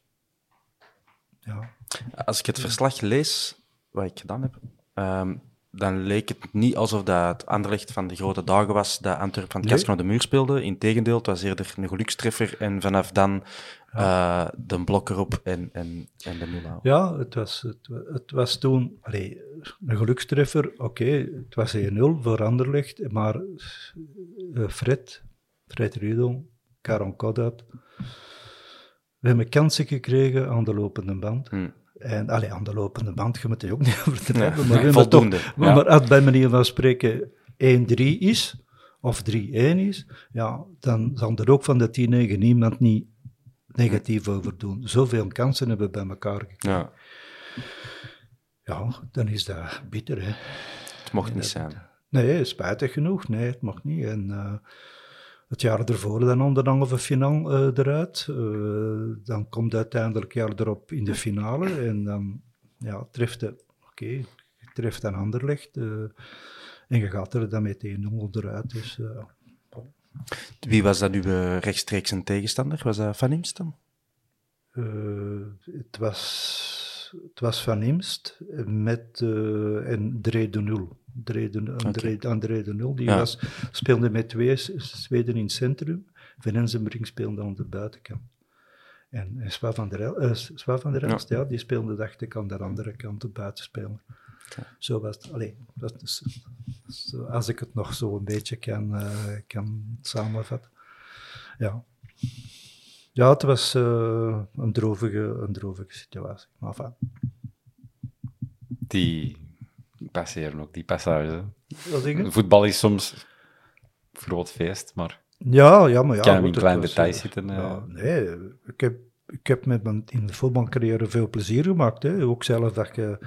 Ja. Als ik het verslag lees, wat ik gedaan heb, um, dan leek het niet alsof dat het Anderlecht van de grote dagen was dat Antwerpen van het kastje naar de muur speelde. Integendeel, het was eerder een gelukstreffer en vanaf dan uh, de blok erop en, en, en de nul houden. Ja, het was, het, het was toen allee, een gelukstreffer. Oké, okay, het was één nul voor Anderlecht, maar uh, Fred, Fred Riedel, Karon Kodat, we hebben kansen gekregen aan de lopende band. Hmm. En allee, aan de lopende band, je moet er ook niet over te hebben. Ja, maar, ja, voldoende. Toch, ja. maar als bij manier van spreken één drie is, of drie één is, ja, dan zal er ook van de tien negen niemand niet negatief over doen. Zoveel kansen hebben we bij elkaar gekregen. Ja, ja dan is dat bitter, hè. Het mocht niet dat, zijn. Nee, spijtig genoeg. Nee, het mocht niet. En... Uh, Het jaar ervoor dan onder de halve finale uh, eruit. Uh, dan komt uiteindelijk het jaar erop in de finale. En dan ja, treft de, oké, okay, treft een Anderlecht. Uh, en je gaat er dan met één nul eruit. Dus, uh, bon. Wie was dat uw rechtstreeks een tegenstander? Was dat Van Imst dan? Uh, het, was, het was Van Imst met uh, en drie nul. André, André de Nul, die ja. was, speelde met twee Zweden in het centrum. Van Rensenbrink speelde aan de buitenkant. En, en Swa van der El, uh, Swa van der Elst, ja. ja, die speelde dacht ik aan de andere kant, de buitenspeler. Okay. Zo was het. Allee, dat is, zo, als ik het nog zo een beetje kan, uh, kan samenvatten. Ja. Ja, het was uh, een, droevige, een droevige situatie. Maar enfin. Die... passeren ook, die passage. Wat zeg je? Voetbal is soms groot feest, maar Ja, ja, maar ja. kan hem in goed, het kleine was, details eh, zitten. eh. Ja, nee, ik heb, ik heb met mijn in de voetbalcarrière veel plezier gemaakt. Hè. Ook zelf dat je,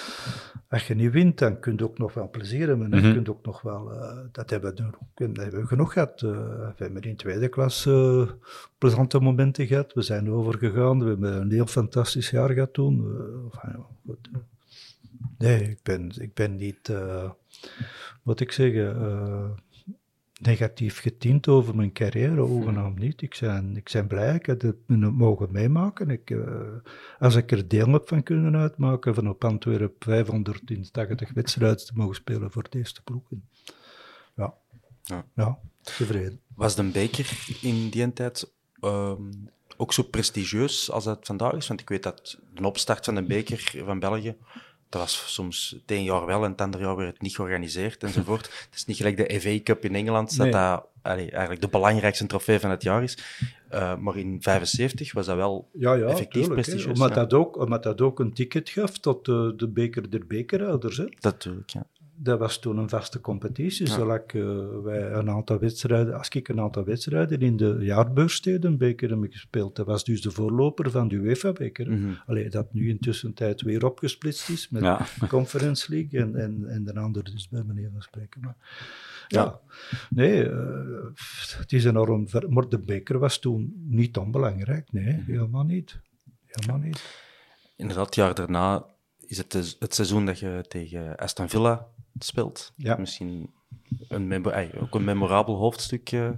als je niet wint, dan kun je ook nog wel plezier hebben. Dan Mhm. kun je ook nog wel, uh, dat, hebben we, dat hebben we genoeg gehad. Uh, we hebben in tweede klas uh, plezante momenten gehad. We zijn overgegaan. We hebben een heel fantastisch jaar gehad toen. Uh, enfin, ja, goed. Nee, ik ben, ik ben niet, uh, wat ik zeg... Uh, negatief getint over mijn carrière, hoegenaamd niet. Ik ben, ik ben blij, ik heb het mogen meemaken. Ik, uh, als ik er deel heb van kunnen uitmaken, van op Antwerpen vijfhonderdtachtig wedstrijden te mogen spelen voor de eerste ploeg. Ja, Ja. ja tevreden. Was de beker in die tijd um, ook zo prestigieus als dat vandaag is? Want ik weet dat de opstart van de beker van België, dat was soms het een jaar wel en het andere jaar werd het niet georganiseerd enzovoort. Het is niet gelijk de F A Cup in Engeland, dat Nee. dat allee, eigenlijk de belangrijkste trofee van het jaar is. Uh, maar in vijfenzeventig was dat wel Ja, ja, effectief tuurlijk, hè. prestigieus. Omdat, ja. dat ook, omdat dat ook een ticket gaf tot de, de beker der bekerhouders. Hè. Dat natuurlijk, ja. Dat was toen een vaste competitie, Ja. zodat uh, wij een aantal wedstrijden, als ik een aantal wedstrijden in de jaarbeursstedenbeker heb gespeeld, dat was dus de voorloper van de UEFA-beker. Mhm. Allee, dat nu intussen tijd weer opgesplitst is met Ja. de Conference League en, en, en de andere dus bij meneer van spreken. Maar, ja. Ja. nee, uh, het is enorm ver, maar de beker was toen niet onbelangrijk, nee, helemaal niet. Helemaal niet. Inderdaad, het jaar daarna is het de- het seizoen dat je tegen Aston Villa speelt. Ja. Misschien een, memo- ey, ook een memorabel hoofdstuk. eh.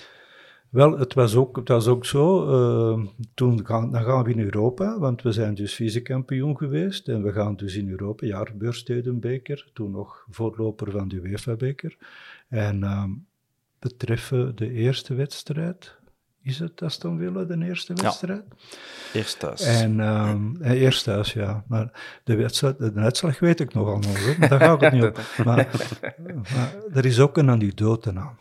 Wel, het was ook, het was ook zo, uh, toen gaan, dan gaan we in Europa, want we zijn dus vicekampioen geweest en we gaan dus in Europa, jaarbeursstedenbeker, toen nog voorloper van de UEFA-beker. En uh, betreffen de eerste wedstrijd, is het Aston Villa de eerste wedstrijd? Eerst thuis. En um, eh, eerst thuis, ja. Maar de, wedstrijd, de uitslag weet ik nogal nog, hoor, maar daar gaat het niet om. Maar, maar er is ook een anekdote aan.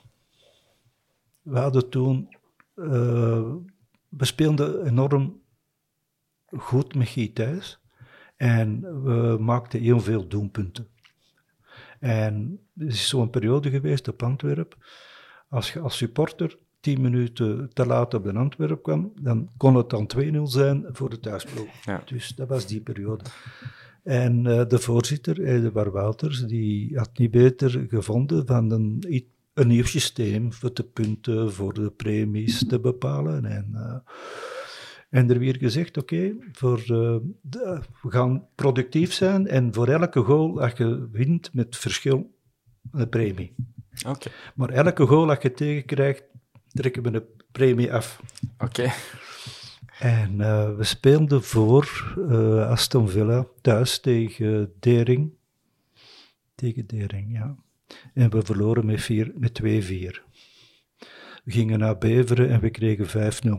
We hadden toen... Uh, we speelden enorm goed met Guy thuis. En we maakten heel veel doelpunten. En er is zo'n periode geweest op Antwerpen. Als je als supporter tien minuten te laat op de Antwerp kwam, dan kon het dan twee nul zijn voor de thuisploeg. Ja. Dus dat was die periode. En uh, de voorzitter, Eduard Wouters, die had niet beter gevonden van een, een nieuw systeem voor de punten, voor de premies te bepalen. En, uh, en er werd gezegd, oké, okay, uh, we gaan productief zijn en voor elke goal dat je wint met verschil een premie. Oké. Maar elke goal dat je tegenkrijgt, trekken we de premie af. Oké. En uh, we speelden voor uh, Aston Villa thuis tegen Dering. Tegen Dering, ja. En we verloren met, vier, met twee vier. We gingen naar Beveren en we kregen vijf nul.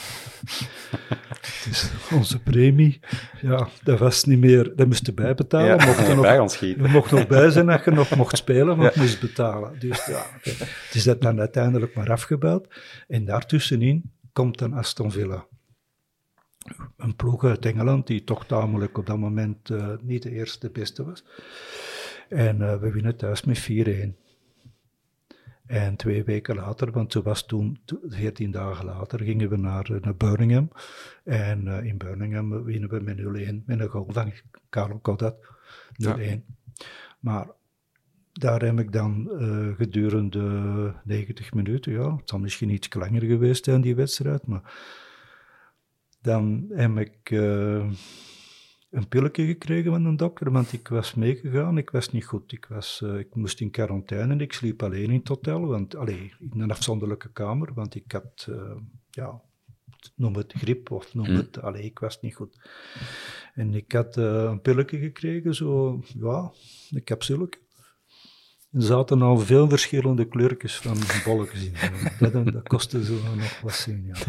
Dus onze premie, ja, dat was niet meer... Dat moest je bijbetalen. Ja, Mocht er nog, bij ons schieten. je mocht nog bij zijn dat je nog mocht spelen, maar je moest betalen. Dus ja, het is dat dan uiteindelijk maar afgebouwd. En daartussenin komt dan Aston Villa. Een ploeg uit Engeland die toch tamelijk op dat moment uh, niet de eerste beste was. En uh, we winnen thuis met vier een. En twee weken later, want ze was toen, veertien dagen later, gingen we naar, naar Birmingham. En uh, in Birmingham winnen we met nul een, met een goal van Karel Koddat, nul een. Ja. Maar daar heb ik dan uh, gedurende negentig minuten, ja, het zal misschien iets langer geweest zijn die wedstrijd, maar dan heb ik uh, een pilletje gekregen van een dokter, want ik was meegegaan, ik was niet goed. Ik, was, uh, ik moest in quarantaine en ik sliep alleen in het hotel, want, allee, in een afzonderlijke kamer, want ik had, uh, ja, noem het griep of noem het, allee, ik was niet goed. En ik had uh, een pilletje gekregen, zo, ja, een capsuletje. Er zaten al veel verschillende kleurtjes van bolletjes in. Dat, dat kostte zo nog wat zin, ja.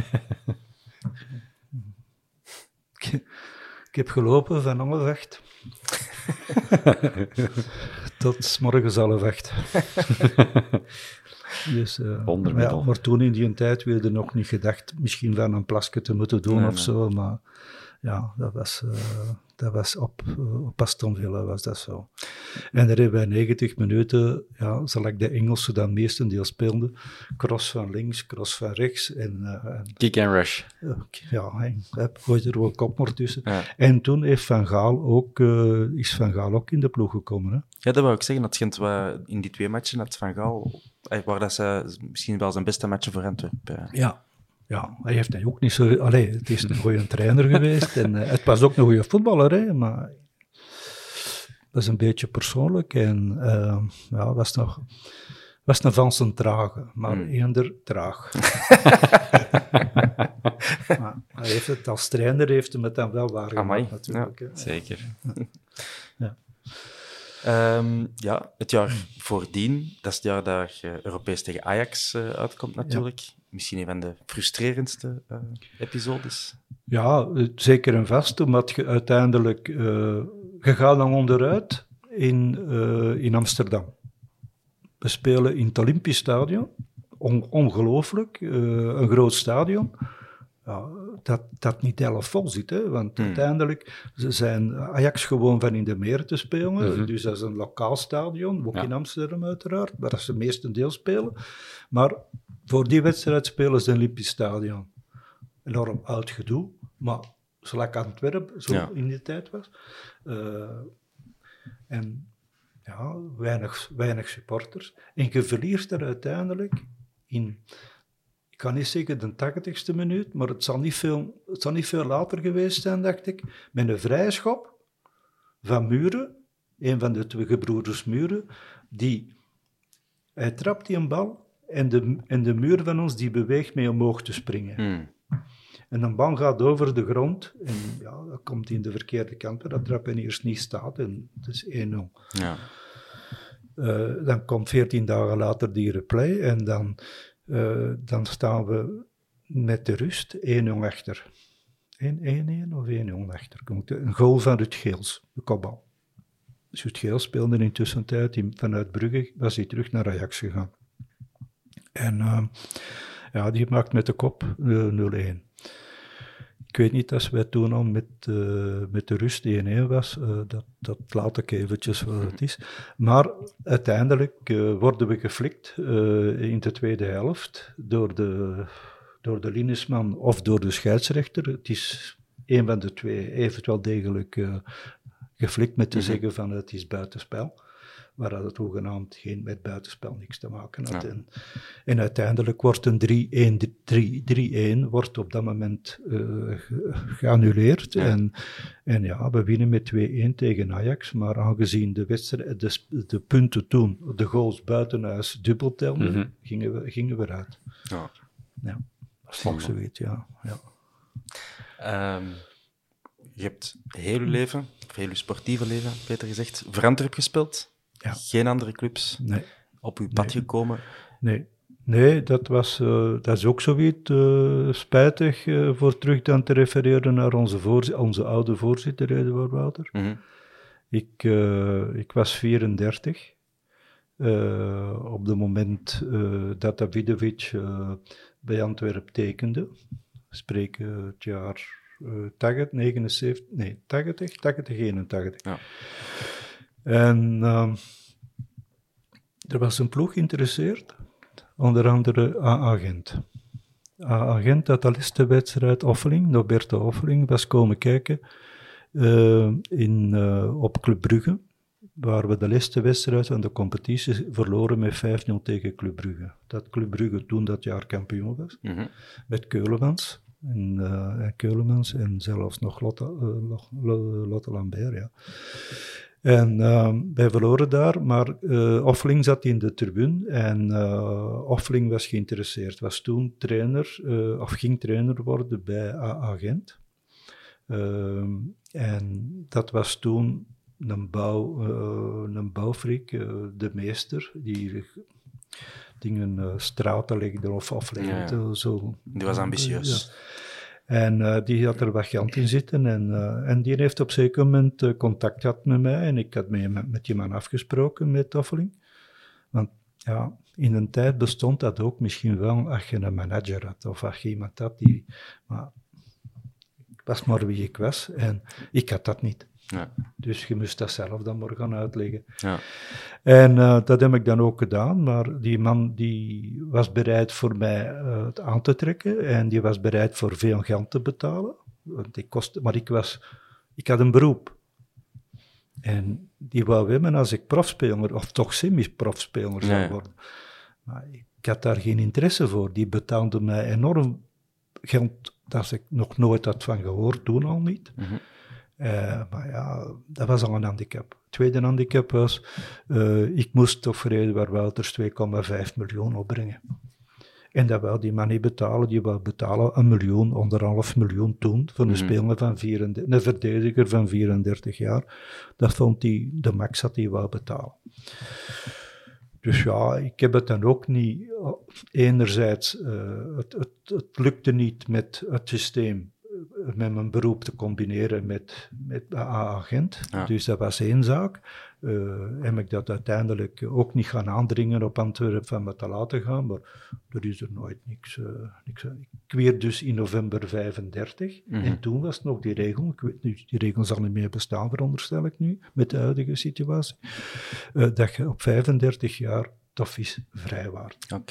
Ik, ik heb gelopen van half acht tot 's morgens half acht. Dus, uh, maar, ja, maar toen in die tijd werd er nog niet gedacht misschien van een plasje te moeten doen nee, of nee. zo, maar ja, dat was, uh, dat was op, uh, op Aston Villa was dat zo. En er hebben wij negentig minuten, ja, zal ik de Engelsen dan meestendeels speelden, cross van links, cross van rechts. En, uh, en, kick and rush. Uh, ja, en gooit er wel kopmoor tussen. Ja. En toen heeft Van Gaal ook, uh, is Van Gaal ook in de ploeg gekomen. Hè? Ja, dat wou ik zeggen. Dat Gent uh, in die twee matchen had Van Gaal, waar dat ze misschien wel zijn beste matchen voor Antwerpen. Uh. Ja. Ja, hij heeft ook niet zo... Allee, het is een goede trainer geweest en uh, het was ook een goede voetballer, hè, maar dat is een beetje persoonlijk en uh, ja, was nog, was nog van zijn trage, maar mm. eender traag. Maar hij heeft het als trainer heeft hem het dan wel waargemaakt, natuurlijk. Ja, zeker. Ja. Um, ja, het jaar voordien, dat is het jaar dat je Europees tegen Ajax uh, uitkomt natuurlijk. Ja. Misschien een van de frustrerendste uh, episodes. Ja, zeker en vast, omdat je uiteindelijk... Uh, je gaat dan onderuit in, uh, in Amsterdam. We spelen in het Olympisch Stadion. On, ongelooflijk, uh, een groot stadion. Ja, dat, dat niet helft vol zit, hè? Want hmm. uiteindelijk ze zijn Ajax gewoon van in de meer te spelen. Mm-hmm. Dus dat is een lokaal stadion, ook ja. in Amsterdam uiteraard, waar ze meestendeels spelen. Maar voor die wedstrijd spelen ze in het Olympisch Stadion. Enorm oud gedoe, maar zoals ik Antwerpen zo ja. in die tijd was. Uh, en ja, weinig, weinig supporters. En je verliest er uiteindelijk in... Ik kan niet zeggen de tachtigste minuut, maar het zal, niet veel, het zal niet veel later geweest zijn, dacht ik, met een vrije schop van Muren, een van de twee gebroeders Muren, die, hij trapt die een bal en de, en de muur van ons die beweegt mee omhoog te springen. Hmm. En een bal gaat over de grond en ja, dat komt in de verkeerde kant, waar dat trap en eerst niet staat en het is één nul. Ja. Uh, dan komt veertien dagen later die replay en dan... Uh, dan staan we met de rust één nul achter. één-één of één nul achter. Een goal van Ruud Geels, de kopbal. Dus Ruud Geels speelde in tussentijd, vanuit Brugge was hij terug naar Ajax gegaan. En uh, ja, die maakt met de kop uh, nul-één. Ik weet niet, als wij toen al met, uh, met de rust één-één was, uh, dat, dat laat ik eventjes wat het is. Maar uiteindelijk uh, worden we geflikt uh, in de tweede helft door de, door de linesman of door de scheidsrechter. Het is een van de twee, heeft het wel degelijk uh, geflikt met te mm-hmm. zeggen van het is buitenspel. Waar dat het hoegenaamd geen met buitenspel niks te maken had. Ja. En, en uiteindelijk wordt een drie-één wordt op dat moment uh, geannuleerd. Ja. En, en ja, we winnen met twee-één tegen Ajax, maar aangezien de, wedstrijd, de, de punten toen, de goals buitenhuis dubbel telden, mm-hmm. gingen, we, gingen we eruit. Ja. Ja, dat is ook zoiets, ja. ja. Um, je hebt heel je leven, of heel je sportieve leven, beter gezegd, voor Antwerpen gespeeld. Ja. Geen andere clubs nee. op uw pad nee. gekomen? Nee, nee dat, was, uh, dat is ook zoiets uh, spijtig uh, voor terug dan te refereren naar onze, voorz- onze oude voorzitter, Eduard Wouter. Mm-hmm. Ik, uh, ik was vierendertig uh, op het moment uh, dat Davidovic uh, bij Antwerpen tekende. We spreken het jaar uh, tachtig, negenenzeventig, nee, tachtig, tachtig, eenentachtig. Ja. En uh, er was een ploeg geïnteresseerd, onder andere A A Gent. A A Gent had de laatste wedstrijd Offeling, Norberto Offeling, was komen kijken uh, in, uh, op Club Brugge, waar we de laatste wedstrijd van de competitie verloren met vijf nul tegen Club Brugge. Dat Club Brugge toen dat jaar kampioen was, mm-hmm. met Keulemans. En, uh, Keulemans en zelfs nog Lotte, uh, Lotte Lambert, ja. En uh, wij verloren daar, maar uh, Offeling zat in de tribune en uh, Offeling was geïnteresseerd. Was toen trainer, uh, of ging trainer worden bij A A Gent. Uh, en dat was toen een, bouw, uh, een bouwfriek, uh, de meester, die dingen uh, straten legde of aflegde. Ja, ja. Zo. Die was ambitieus. Uh, ja. En uh, die had er wat geld in zitten en, uh, en die heeft op zeker moment uh, contact gehad met mij en ik had mee, met, met die man afgesproken, met Offeling. Want ja, in een tijd bestond dat ook misschien wel als je een manager had of als je iemand had die... Maar was maar wie ik was. En ik had dat niet. Ja. Dus je moest dat zelf dan maar gaan uitleggen. Ja. En uh, dat heb ik dan ook gedaan, maar die man die was bereid voor mij uh, het aan te trekken en die was bereid voor veel geld te betalen. Want ik kostte, maar ik, was, ik had een beroep. En die wou hebben als ik profspeler, of toch semi-profspeler zou Nee. worden. Maar ik had daar geen interesse voor. Die betaalde mij enorm geld dat ik nog nooit had van gehoord, toen al niet. Mm-hmm. Uh, maar ja, dat was al een handicap. Tweede handicap was, uh, ik moest toch voor Eduard Wouters twee komma vijf miljoen opbrengen. En dat wou die man niet betalen, die wou betalen een miljoen, anderhalf miljoen toen, voor een Mm-hmm. speler van vierendertig, een verdediger van vierendertig jaar. Dat vond hij de max dat hij wou betalen. Dus ja, ik heb het dan ook niet, enerzijds, uh, het, het, het lukte niet met het systeem, met mijn beroep te combineren met, met de agent. Ja. Dus dat was één zaak. Uh, heb ik dat uiteindelijk ook niet gaan aandringen op Antwerpen van me te laten gaan, maar er is er nooit niks. Uh, niks ik werd dus in november vijfendertig, Mm-hmm. en toen was nog die regel, ik weet niet, die regel zal niet meer bestaan, veronderstel ik nu, met de huidige situatie, uh, dat je op vijfendertig jaar tofies vrij waart. Oké.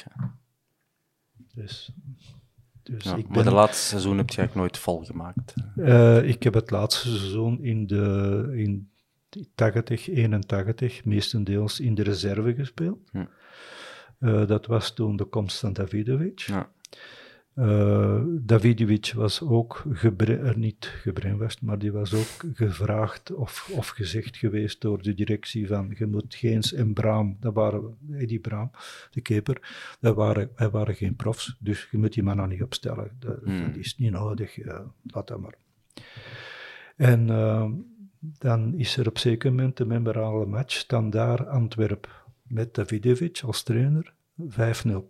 Dus... Dus Ja, ik maar ben, de laatste seizoen heb je eigenlijk nooit volgemaakt. uh, ik heb het laatste seizoen in de in tachtig, eenentachtig meestendeels in de reserve gespeeld. Hm. Uh, dat was toen de komst van Davidovic. Ja. Uh, Davidovic was ook gebre- er niet gebrainwashed, maar die was ook gevraagd of, of gezegd geweest door de directie van je moet Geens en Braam, dat waren Eddie Braam, de keeper, dat waren, wij waren geen profs, dus je moet die man nog niet opstellen. Dat, Hmm. dat is niet nodig, uh, laat dat maar. En uh, dan is er op zeker moment een memorabele match, Standaard Antwerp met Davidovic als trainer, vijf nul.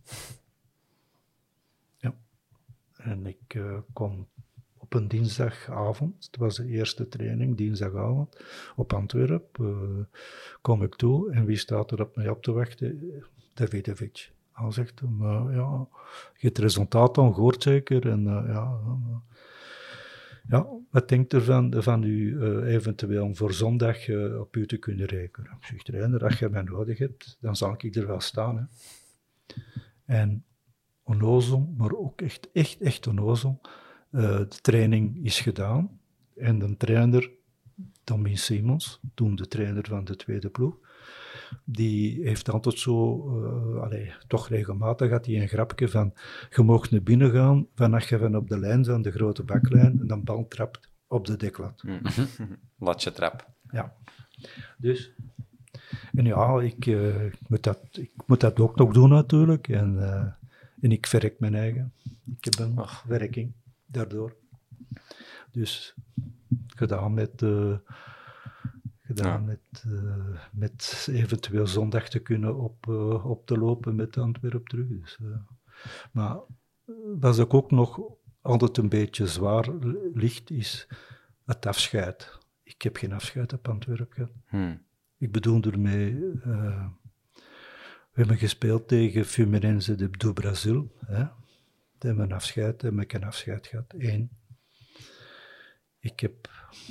En ik uh, kom op een dinsdagavond, het was de eerste training, dinsdagavond, op Antwerpen, uh, kom ik toe en wie staat er op mij op te wachten? Davidovic. Hij zegt hem, uh, ja, je hebt het resultaat dan gehoord zeker, en uh, ja, uh, ja, wat denkt er van, van u uh, eventueel voor zondag uh, op u te kunnen rekenen? Ik zeg, trainer, als je mij nodig hebt, dan zal ik er wel staan. Hè. En onnozel, maar ook echt, echt, echt onnozel. Uh, de training is gedaan en de trainer, Tommy Simons, toen de trainer van de tweede ploeg, die heeft altijd zo, uh, allee, toch regelmatig had hij een grapje van, je mag naar binnen gaan, vanaf je van op de lijn aan de grote baklijn, en dan bal trapt op de deklat. Mm-hmm. Latje trap. Ja. Dus, en ja, ik, uh, ik, moet dat, ik moet dat ook nog doen natuurlijk, en... Uh, En ik verrek mijn eigen. Ik heb een Ach. werking daardoor. Dus gedaan met, uh, gedaan Ja. met, uh, met eventueel zondag te kunnen op, uh, op te lopen met Antwerpen terug. Dus, uh, maar wat ik ook nog altijd een beetje zwaar ligt, is het afscheid. Ik heb geen afscheid op Antwerpen gehad. Hmm. Ik bedoel ermee... Uh, we hebben gespeeld tegen Fluminense de, do Brasil. Hè. We hebben een afscheid, hebben ik een afscheid gehad. Eén. Ik heb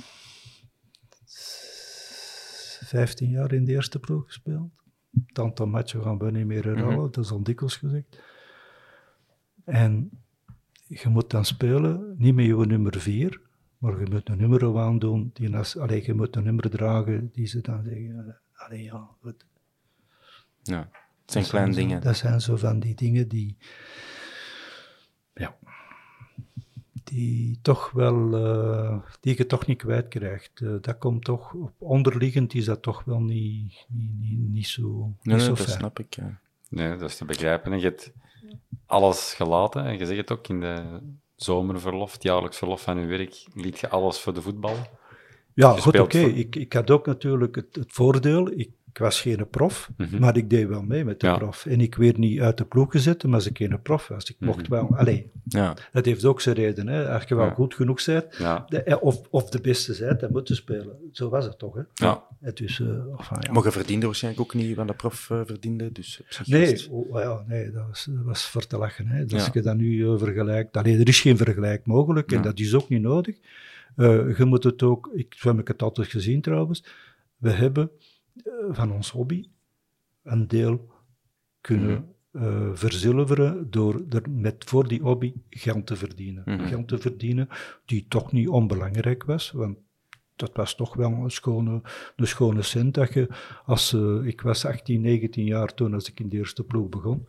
vijftien jaar in de eerste ploeg gespeeld. Het aantal matchen gaan we niet meer herhalen, Mm-hmm. dat is al dikwijls gezegd. En je moet dan spelen, niet met je nummer vier, maar je moet een nummer aandoen, die als, allee, je moet een nummer dragen die ze dan zeggen, allee, ja, goed. Ja, het zijn Dat kleine zijn zo- dingen. Dat zijn zo van die dingen die, ja, die toch wel, uh, die je toch niet kwijtkrijgt. Uh, dat komt toch, onderliggend is dat toch wel niet, niet, niet, niet zo, niet Nee, nee, zo dat fijn. snap ik. Ja. Nee, dat is te begrijpen. En je hebt alles gelaten. En je zegt het ook in de zomerverlof, het jaarlijks verlof van je werk, liet je alles voor de voetbal. Ja, Je goed, oké. speelt voor- Ik, ik had ook natuurlijk het, het voordeel, ik ik was geen prof, Mhm. maar ik deed wel mee met de Ja. prof. En ik werd niet uit de ploeg gezet, maar als ik geen prof was. Ik mocht Mhm. wel... Allee, Ja. dat heeft ook zijn reden. Hè. Als je wel Ja. goed genoeg bent, Ja. de- eh, of, of de beste bent, dan moet je spelen. Zo was het toch, hè? Ja. Het dus, uh, enfin, ja. Maar je verdiende waarschijnlijk ook niet wat de prof uh, verdiende, dus op zich was Nee, het- oh, ja, nee, dat was, dat was voor te lachen. Hè. Dus Ja. Als je dat nu uh, vergelijkt... Allee, er is geen vergelijk mogelijk en Ja. dat is ook niet nodig. Uh, je moet het ook... Ik, zo heb ik het altijd gezien trouwens. We hebben uh, van ons hobby een deel kunnen uh, verzilveren door er met voor die hobby geld te verdienen. Mhm. Geld te verdienen die toch niet onbelangrijk was, want dat was toch wel een schone, een schone cent. Dat je, als, uh, ik was achttien, negentien jaar toen als ik in de eerste ploeg begon.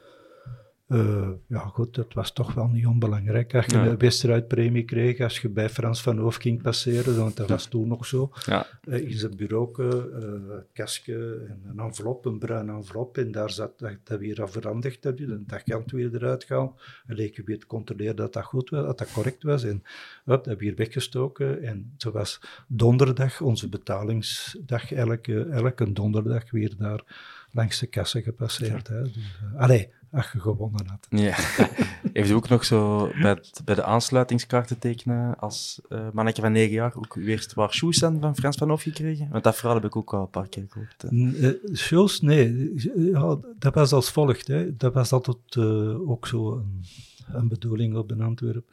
Uh, ja goed, dat was toch wel niet onbelangrijk. Als je Ja. een wedstrijdpremie kreeg, als je bij Frans van Hoof ging passeren, want dat was toen nog zo, Ja. uh, in zijn bureau, uh, kastje en een envelop, een bruin envelop, en daar zat dat, dat weer al veranderd, dat, dat geld weer eruit gehaald. En leek weer te controleren dat dat goed was, dat dat correct was, en hop, dat weer weggestoken. En zo was donderdag, onze betalingsdag, elke, elke donderdag weer daar langs de kassen gepasseerd. Hè. Dus, uh, allee, als je gewonnen had. Ja. Heeft u ook nog zo bij, het, bij de aansluitingskaarten tekenen als uh, mannetje van negen jaar ook uw eerste paar shoes aan van Frans van Hoof gekregen? Want dat verhaal heb ik ook al een paar keer gehoord. Hè. Uh, shows, nee. Ja, dat was als volgt. Hè. Dat was altijd uh, ook zo een, een bedoeling op de Antwerpen.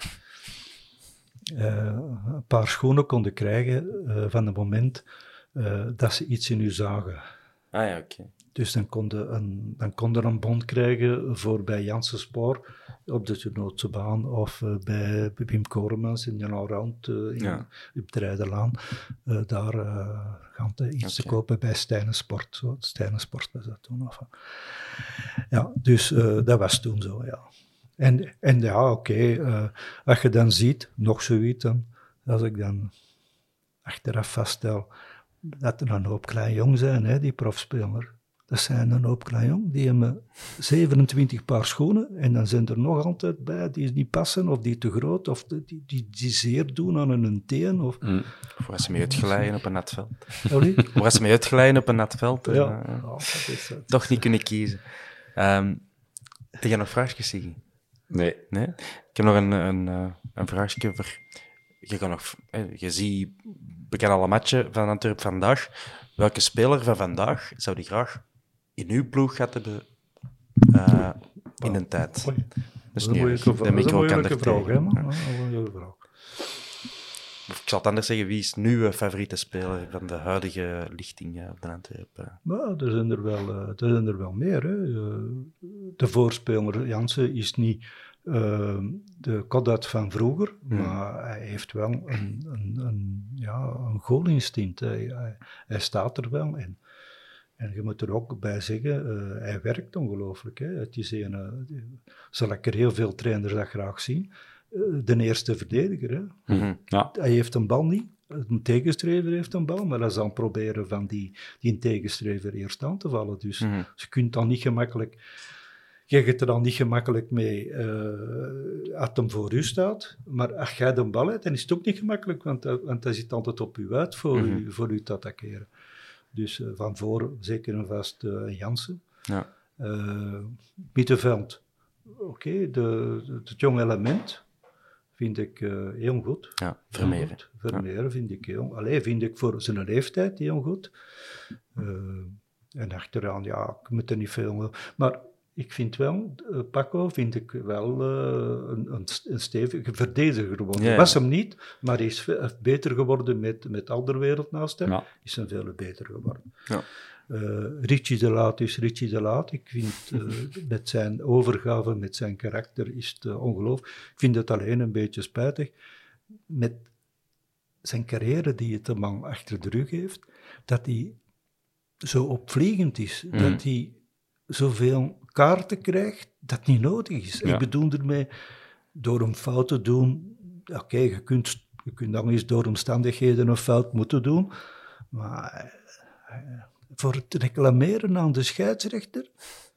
Uh, een paar schoenen konden krijgen uh, van het moment uh, dat ze iets in u zagen. Ah ja, oké. Okay. Dus dan konden een, dan kon er een bond krijgen voor bij Janssen Spoor op de Turnhoutse baan of uh, bij Wim Koremans in de Allround uh, in, ja. op de Rijdenlaan. Uh, daar uh, gaan te iets okay. te kopen bij Stijnen Sport. Zo. Stijnen Sport was dat toen. Of, ja, dus uh, dat was toen zo, ja. En, en ja, oké, okay, uh, als je dan ziet, nog zoiets dan, als ik dan achteraf vaststel dat er een hoop klein jong zijn, hè, die profspeler. Dat zijn een hoop klein jong, die hebben zevenentwintig paar schoenen en dan zijn er nog altijd bij die niet passen of die te groot of die, die, die zeer doen aan hun teen. Of, mm. of was ze mee uitglijden op een nat veld. Sorry? Of was ze mee uitglijden op een nat veld. En, ja, uh, oh, dat is het. Toch niet kunnen kiezen. Um, heb je nog vraagjes zeggen? Nee. nee. Ik heb nog een, een, een vraagje voor... Je, kan nog, je ziet bekend alle matchen van Antwerpen vandaag. Welke speler van vandaag zou die graag in uw ploeg gehad hebben uh, in een tijd? Oei. Dat is een niet moeilijke erg. vraag. De Dat is een micro kan moeilijke er vraag, hè, tegen. man? Ja. Dat is een moeilijke vraag. Of ik zal het anders zeggen, wie is nu uw favoriete speler van de huidige lichting uh, op de Antwerpen? Nou, er zijn er wel, uh, er zijn er wel meer. Hè. Uh, de voorspeler Jansen is niet uh, de Kodat van vroeger, hmm. maar hij heeft wel een, een, een, ja, een goalinstinct. Hij, hij, hij staat er wel en, en je moet er ook bij zeggen, uh, hij werkt ongelooflijk. Hè. Het is een, uh, zal ik er heel veel trainers dat graag zien. De eerste verdediger. Hè. Mm-hmm. Ja. Hij heeft een bal niet. Een tegenstrever heeft een bal, maar hij zal proberen van die, die tegenstrever eerst aan te vallen. Dus mm-hmm. je kunt dan niet gemakkelijk... Je gaat er dan niet gemakkelijk mee uh, als hem voor u staat. Maar als jij de bal hebt, dan is het ook niet gemakkelijk, want, want hij zit altijd op u uit voor, mm-hmm. u, voor u te attackeren. Dus uh, van voor zeker en vast uh, Jansen. Ja. Uh, middenveld. Oké, okay, het jonge element... vind ik uh, heel goed. Ja, Vermeeren. Vermeeren ja. vind ik heel... Allee, vind ik voor zijn leeftijd heel goed. Uh, en achteraan, ja, ik moet er niet veel... Maar ik vind wel, uh, Paco vind ik wel uh, een, een, een stevige verdediger geworden. Ja, ja. Was hem niet, maar hij is beter geworden met, met Alderwereld naast hem. Ja. Is hem veel beter geworden. Ja. Uh, Richie de Laat is Richie de Laat. Ik vind uh, met zijn overgave, met zijn karakter is het uh, ongelooflijk. Ik vind het alleen een beetje spijtig met zijn carrière die het de man achter de rug heeft, dat hij zo opvliegend is, mm. dat hij zoveel kaarten krijgt dat niet nodig is. Ja. Ik bedoel ermee, door een fout te doen, oké, okay, je kunt, je kunt dan eens door omstandigheden een fout moeten doen, maar... Uh, voor het reclameren aan de scheidsrechter?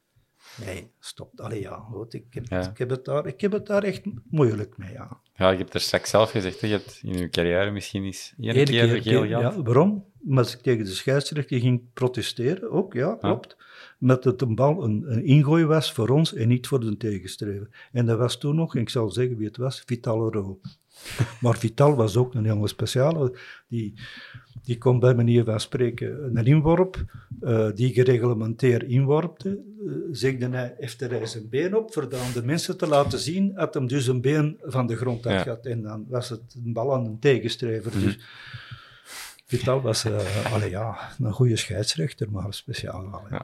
Nee, stop. Allee, ja, goed, ik, heb, ja. ik, heb het daar, ik heb het daar echt moeilijk mee, ja. Ja, je hebt er straks zelf gezegd, hè, je hebt in je carrière misschien eens één Eén keer, keer geel gehad. Ja, waarom? maar als ik tegen de scheidsrechter ging protesteren, ook, ja, klopt, ja. met dat een bal een, een ingooi was voor ons en niet voor de tegenstrever. En dat was toen nog, en ik zal zeggen wie het was, Vital Ro. Maar Vital was ook een jonge speciale, die, die kon bij manier van spreken een inworp, uh, die gereglementeerd inworpte, uh, zegde hij, heeft hij zijn been op, voor aan de mensen te laten zien dat hem dus een been van de grond had gehad. Ja. En dan was het een bal aan een tegenstrever. Mm-hmm. Dus Vital was uh, allee, ja, een goede scheidsrechter, maar speciaal. Ja.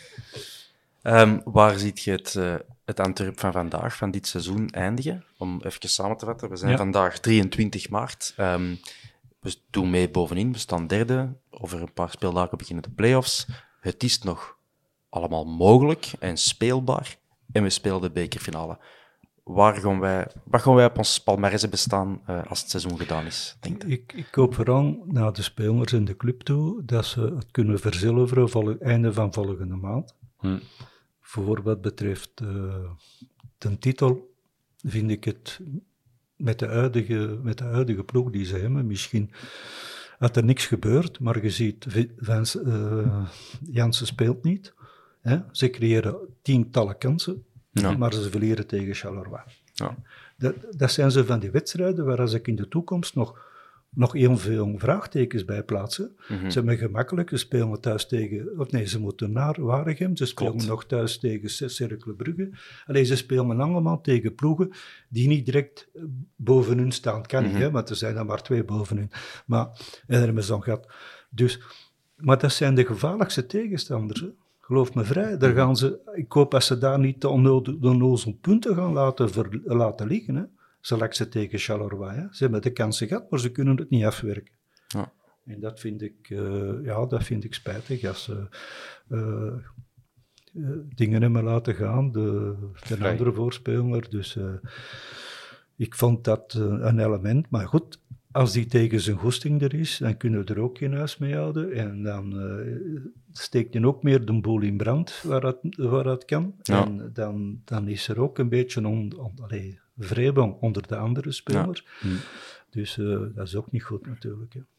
Um, waar ziet je het, uh, het Antwerp van vandaag, van dit seizoen, eindigen? Om even samen te vatten, we zijn ja. vandaag drieëntwintig maart. Um, we doen mee bovenin, we staan derde. Over een paar speeldagen beginnen de play-offs. Het is nog allemaal mogelijk en speelbaar. En we spelen de bekerfinale. Waar gaan wij, wat gaan wij op ons palmarès bestaan uh, als het seizoen gedaan is, denk je? Ik, ik hoop vooral naar de spelers in de club toe dat ze het kunnen verzilveren voor het einde van volgende maand. Hm. Voor wat betreft uh, de titel vind ik het met de, huidige, met de huidige ploeg die ze hebben, misschien had er niks gebeurd, maar je ziet, Vance, uh, Jansen speelt niet. Hè? Ze creëren tientallen kansen, ja. maar ze verliezen tegen Charleroi. Ja. Dat, dat zijn zo van die wedstrijden waar als ik in de toekomst nog, nog heel veel vraagtekens bij plaatsen. Mm-hmm. Ze hebben gemakkelijk, ze spelen thuis tegen, of nee, ze moeten naar Waregem, ze spelen Klopt. nog thuis tegen Cercle Brugge. Alleen ze spelen allemaal tegen ploegen die niet direct boven hun staan. Kan mm-hmm. niet, hè, want er zijn er maar twee boven hun. Maar, en er hebben ze dan gehad. Dus, maar dat zijn de gevaarlijkste tegenstanders, hè. Geloof me vrij, daar gaan ze, ik hoop dat ze daar niet de onnozel punten gaan laten, ver, laten liggen. Hè. Zoals ze tegen Charleroi. Hè. Ze hebben de kansen gehad, maar ze kunnen het niet afwerken. Ja. En dat vind ik, uh, ja, dat vind ik spijtig, als ze uh, uh, dingen hebben laten gaan, de, de andere voorspeler. Dus uh, ik vond dat uh, een element, maar goed. Als die tegen zijn goesting er is, dan kunnen we er ook geen huis mee houden. En dan uh, steekt je ook meer de boel in brand waar dat, waar dat kan. Ja. En dan, dan is er ook een beetje on, on, allee, wrevel onder de andere spelers. Ja. Hm. Dus uh, dat is ook niet goed natuurlijk. Hè.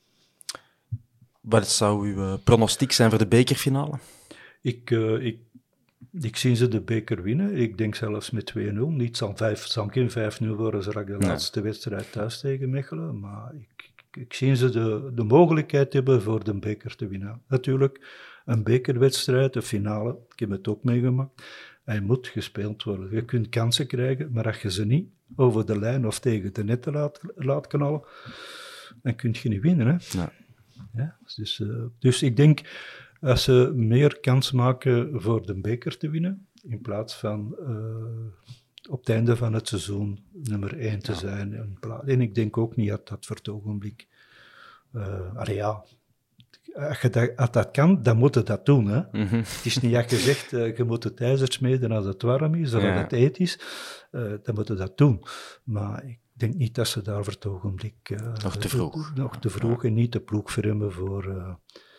Wat zou uw uh, pronostiek zijn voor de bekerfinale? Ik... Uh, ik Ik zie ze de beker winnen. Ik denk zelfs met twee nul. Niet zal, vijf, zal geen vijf nul worden, zoals de laatste nee. wedstrijd thuis tegen Mechelen. Maar ik, ik, ik zie ze de, de mogelijkheid hebben voor de beker te winnen. Natuurlijk, een bekerwedstrijd, de finale, ik heb het ook meegemaakt. Hij moet gespeeld worden. Je kunt kansen krijgen, maar als je ze niet over de lijn of tegen de netten laat, laat knallen, dan kun je niet winnen. Hè? Ja. Ja, dus, uh, dus ik denk... Als ze meer kans maken voor de beker te winnen, in plaats van uh, op het einde van het seizoen nummer één te ja. zijn. En, en ik denk ook niet dat dat voor het ogenblik... Uh, allee, ja, als, je dat, als dat kan, dan moet je dat doen. Hè? Mm-hmm. Het is niet dat je zegt, uh, je moet het ijzer smeden als het warm is, of ja. als het heet is. Uh, dan moet je dat doen. Maar ik denk niet dat ze daar voor het ogenblik... Uh, nog te vroeg. Nog te vroeg ja. en niet de ploeg voor hebben voor... Uh,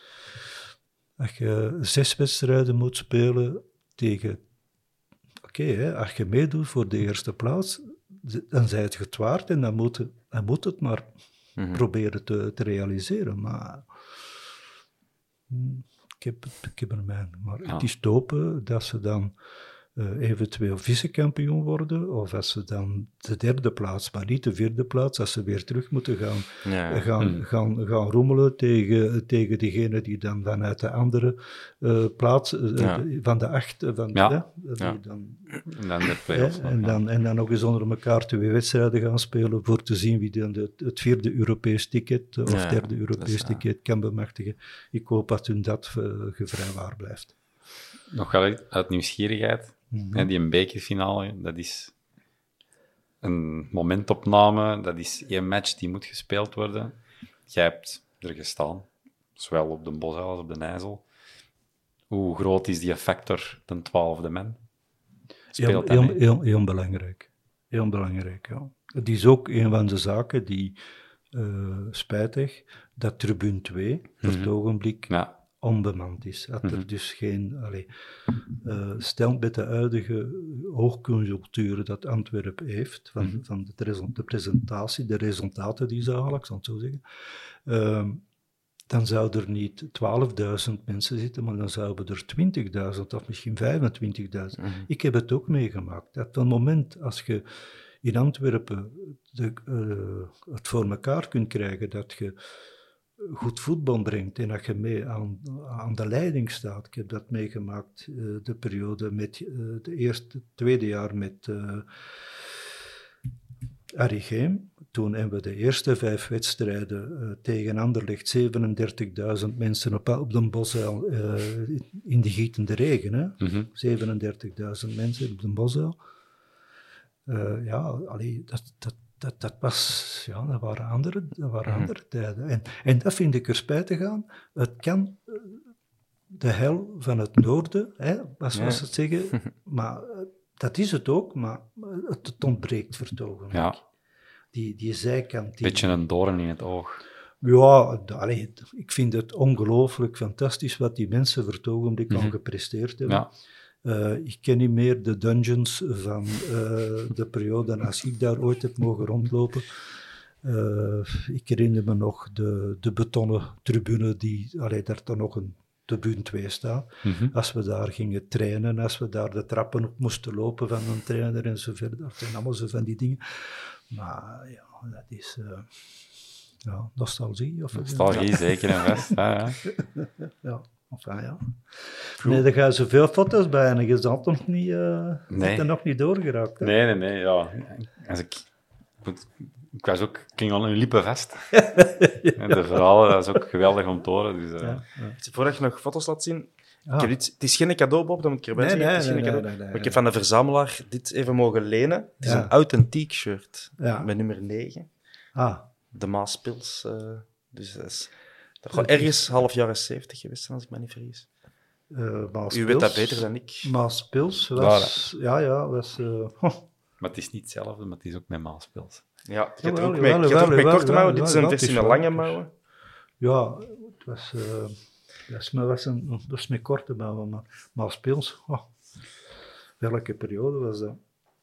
Als je zes wedstrijden moet spelen tegen... Oké, okay, als je meedoet voor de eerste plaats, dan zijn het getwaard en dan moet, dan moet het maar mm-hmm. proberen te, te realiseren. Maar ik heb, ik heb er mijn... Maar ja. het is te hopen dat ze dan uh, eventueel vice-kampioen worden, of als ze dan de derde plaats, maar niet de vierde plaats, als ze weer terug moeten gaan, ja. gaan, hmm. gaan, gaan rommelen tegen, tegen degene die dan vanuit de andere uh, plaats, uh, ja. van de acht, van, ja. Ja, die ja. dan, en dan de play-offs. Ja, en, dan, en dan nog eens onder elkaar twee wedstrijden gaan spelen voor te zien wie dan de, het vierde Europees ticket of ja, derde Europees is, ticket ja. kan bemachtigen. Ik hoop dat hun dat uh, gevrijwaard blijft. Nog wel uit nieuwsgierigheid. Mm-hmm. En die een bekerfinale, dat is een momentopname, dat is één match die moet gespeeld worden. Jij hebt er gestaan, zowel op de Bos als op de IJssel. Hoe groot is die factor, de twaalfde man? Speelt heel, heel, heel, heel belangrijk. Heel belangrijk, ja. Het is ook een van de zaken die, uh, spijtig, dat tribune twee, mm-hmm. voor het ogenblik... Ja. onbemand is. Dat er dus geen... Allee, uh, stel met de huidige hoogconjunctuur dat Antwerpen heeft, van, mm-hmm. van de, de presentatie, de resultaten die ze halen, ik zal het zo zeggen, uh, dan zouden er niet twaalfduizend mensen zitten, maar dan zouden er twintigduizend of misschien vijfentwintigduizend. Mm-hmm. Ik heb het ook meegemaakt. Dat op het moment als je in Antwerpen de, uh, het voor elkaar kunt krijgen, dat je goed voetbal brengt en dat je mee aan, aan de leiding staat. Ik heb dat meegemaakt, uh, de periode met uh, de eerste, het tweede jaar met uh, Arie Geem. Toen hebben we de eerste vijf wedstrijden uh, tegen Anderlecht, zevenendertigduizend mensen op, op de Bosuil uh, in de gietende regen. Hè? Mm-hmm. zevenendertigduizend mensen op de Bosuil. Uh, ja, allee, dat, dat, dat, dat, was, ja, dat waren andere, dat waren mm-hmm. andere tijden. En, en dat vind ik er spijtig aan. Het kan uh, de hel van het noorden, hè, was ja. het zeggen, maar uh, dat is het ook, maar het, het ontbreekt voor het ogenblik. Ja. Die, die zijkant. Die... Beetje een doorn in het oog. Ja, allee, ik vind het ongelooflijk fantastisch wat die mensen voor het ogenblik mm-hmm. al gepresteerd hebben. Ja. Uh, ik ken niet meer de dungeons van uh, de periode als ik daar ooit heb mogen rondlopen. Uh, ik herinner me nog de, de betonnen tribune, die, allee, daar dan nog een tribune twee staat. Mm-hmm. Als we daar gingen trainen, als we daar de trappen op moesten lopen van een trainer en zo verder. Dat zijn allemaal zo van die dingen. Maar ja, dat is uh, ja, nostalgie. Of nostalgie, ja. Zeker en vast. Ja, ja. ja. Enfin, ja. Nee, er gaan zoveel foto's bij en je zat nog niet, uh, nee. er nog niet doorgeraakt. Hè? Nee, nee, nee. Ja. Als ik, ik was ook, ik ging al een liepen vast. Ja. En de verhalen, dat is ook geweldig om te horen. Dus, uh. ja, ja. Voordat je nog foto's laat zien, ah. ik heb dit, het is geen cadeau, Bob, dat moet ik erbij nee, zeggen. Nee, het is nee, geen nee, cadeau. Nee, nee, maar ik heb van de verzamelaar dit even mogen lenen. Het is ja. een authentiek shirt, ja. met nummer negen. Ah. De Maaspils. Uh, dus dat is... Dat gaat ergens half jaren zeventig geweest zijn, als ik me niet vergis. Uh, U weet dat beter dan ik. Maaspils was... Ja, ja, was... Uh, oh. Maar het is niet hetzelfde, maar het is ook met Maaspils. Ja, je hebt er ook mee, je hebt ook met korte mouwen. Dit is een versie met lange mouwen. Ja, het was... Uh, dat, is, was een, dat is met korte mouwen, maar Maaspils... Oh. Welke periode was dat?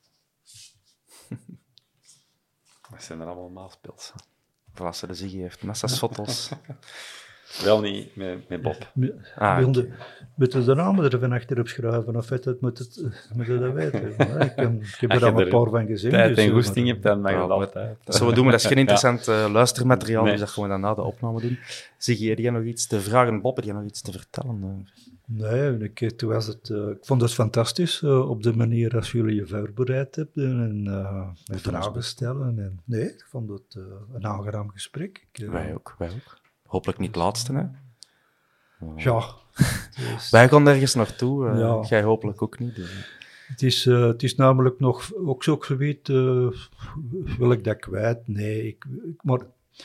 Dat zijn er allemaal Maaspils. Voilà, de Ziggy heeft massa's foto's. Wel niet met, met Bob. Ah, Wilde, okay. Moeten we de namen er van achterop schrijven, of het, het, moet, het, moet je dat weten? Ja, ik, heb, ik heb er al een paar van gezien. Tijd dus, en goesting hebt, dan mag je het altijd. Dat zullen we doen, maar dat is geen interessant ja. uh, luistermateriaal, nee. Dus dat gaan we dan na de opname doen. Ziggy, heb jij nog iets te vragen? Bob, heb jij nog iets te vertellen? Nee, ik, toen was het, uh, ik vond het fantastisch, uh, op de manier als jullie je voorbereid hebben en uh, vragen stellen. En, nee, ik vond het uh, een aangenaam gesprek. Ik, uh, wij ook, wij ook. Hopelijk niet het laatste, hè? Uh, ja. Dus... Wij gaan ergens naartoe, uh, ja. Jij hopelijk ook niet. Dus. Het is, uh, het is namelijk nog, ook zo'n gebied, uh, wil ik dat kwijt? Nee, ik, ik, maar...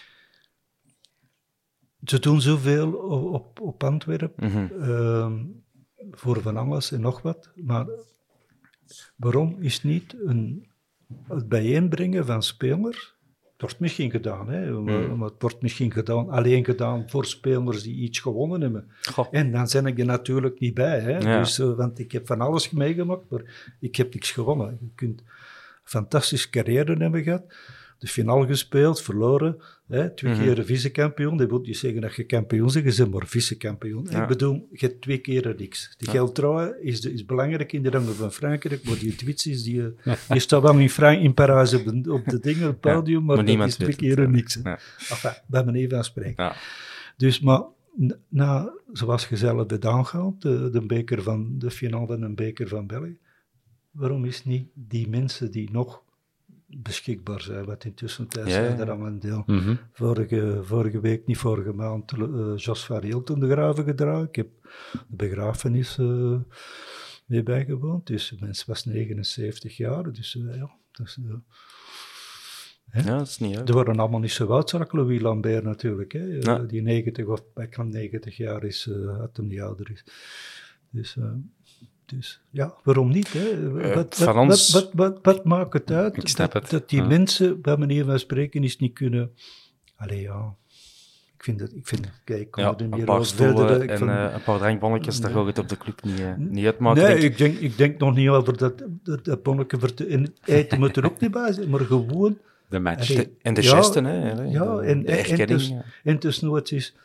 Ze doen zoveel op, op, op Antwerpen, mm-hmm. uh, voor van alles en nog wat, maar waarom is niet een, het bijeenbrengen van spelers, het wordt misschien gedaan, hè, mm. maar het wordt misschien gedaan, alleen gedaan voor spelers die iets gewonnen hebben. Goh. En dan ben ik er natuurlijk niet bij, hè, ja. dus, uh, want ik heb van alles meegemaakt, maar ik heb niks gewonnen. Je kunt een fantastische carrière hebben gehad, de finale gespeeld, verloren, hè, twee mm-hmm. keer vice-kampioen. Dat wil niet zeggen dat je kampioen bent, je bent maar vice-kampioen. Ja. Ik bedoel, je hebt twee keer niks. De ja. geldtrouwen is, de, is belangrijk in de rangen van Frankrijk, maar die Twits is, die, ja. die staat wel in, Frank, in Parijs op de, op de dingen, op het podium, ja, maar, maar dat is twee keer het, niks. Ja. Enfin, bij manier van spreken. Ja. Dus, maar, na, zoals je zelf hebt aangehaald, de, de beker van de finale en een beker van België, waarom is niet die mensen die nog beschikbaar zijn, wat intussen tijd ja, zijn er allemaal een deel. Mm-hmm. Vorige, vorige week, niet vorige maand, uh, Jos van Rielten de graven gedragen. Ik heb de begrafenis uh, mee bijgewoond. Dus de mens was negenenzeventig jaar, dus uh, ja, dat is... Uh, ja, dat is niet uit. Er worden allemaal niet zo oud, zoals Louis Lambert natuurlijk. Hè. Ja. Uh, die negentig of bijna negentig jaar is, uh, had hem niet ouder is. Dus... Uh, Dus ja, waarom niet? Hè? Wat, uh, wat, ons... wat, wat, wat, wat maakt het uit ik snap dat, het. dat die ja. mensen, bij manier van spreken, is niet kunnen... Allee, ja... Ik vind het... Ik vind, kijk, kom ja, er een paar stoelen en vond... uh, een paar drankbonnetjes, daar gaat het op de club niet, uh, niet uitmaken. Nee, denk ik, denk, ik denk nog niet over dat, dat, dat bonnetje... Te, en het eten moet er ook niet bij zijn, maar gewoon... De match. Allee, de, en de ja, gesten, hè. Ja, en, de en, en, dus, ja. en dus nooit is...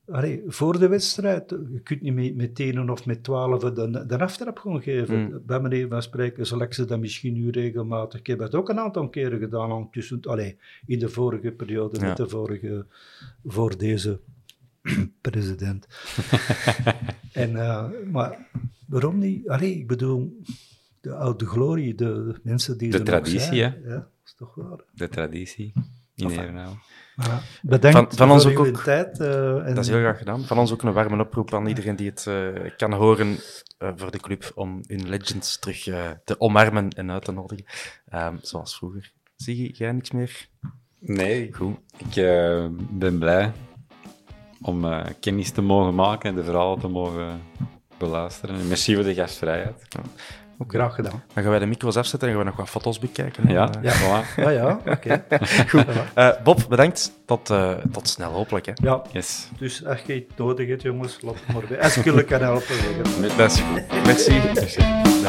allee, voor de wedstrijd, je kunt niet met, met tenen of met twaalf de, de aftrap gewoon geven. Mm. Bij manier van spreken selecten ze dat misschien nu regelmatig. Ik heb het ook een aantal keren gedaan, ondertussen, allee, in de vorige periode, ja. met de vorige, voor deze president. en, uh, maar waarom niet? Allee, ik bedoel, de oude glorie, de mensen die de er traditie, nog zijn. hè? Ja, dat is toch waar. De traditie. In Evenhout. Ja, bedankt van, van ons voor ook, uw ook tijd. Uh, en... Dat is heel graag gedaan. Van ons ook een warme oproep aan iedereen die het uh, kan horen uh, voor de club om hun legends terug uh, te omarmen en uit te nodigen. Um, zoals vroeger. Zie jij niks meer? Nee, goed. Ik uh, ben blij om uh, kennis te mogen maken en de verhalen te mogen beluisteren. En merci voor de gastvrijheid. Ja. Ook graag gedaan. Dan gaan wij de micro's afzetten en gaan we nog wat foto's bekijken. Ja, uh, ja. Voilà. ja, ja oké. Okay. Goed. Uh, Bob, bedankt. Tot, uh, tot snel, hopelijk. Hè. Ja, yes. Dus als je iets nodig hebt, jongens, laat het maar bij. Als ik jullie kan helpen. Zeggen. Dat is goed. Merci. Merci.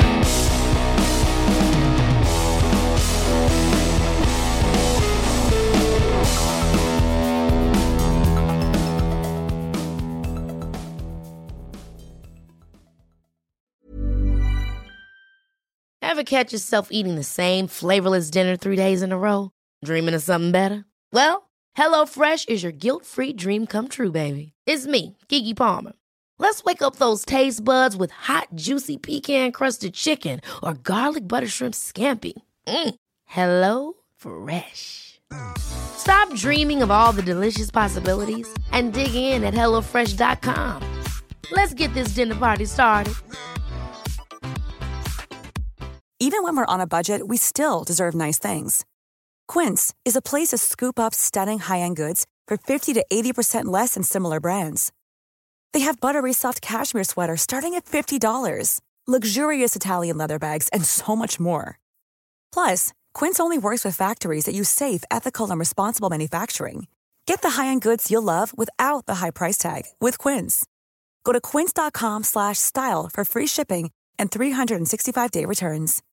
Ever catch yourself eating the same flavorless dinner three days in a row? Dreaming of something better? Well, HelloFresh is your guilt-free dream come true, baby. It's me, Keke Palmer. Let's wake up those taste buds with hot, juicy pecan-crusted chicken or garlic butter shrimp scampi. Mm. Hello Fresh. Stop dreaming of all the delicious possibilities and dig in at hello fresh dot com. Let's get this dinner party started. Even when we're on a budget, we still deserve nice things. Quince is a place to scoop up stunning high-end goods for fifty to eighty percent less than similar brands. They have buttery soft cashmere sweaters starting at fifty dollars, luxurious Italian leather bags, and so much more. Plus, Quince only works with factories that use safe, ethical, and responsible manufacturing. Get the high-end goods you'll love without the high price tag with Quince. Go to quince dot com slash style for free shipping and three sixty-five day returns.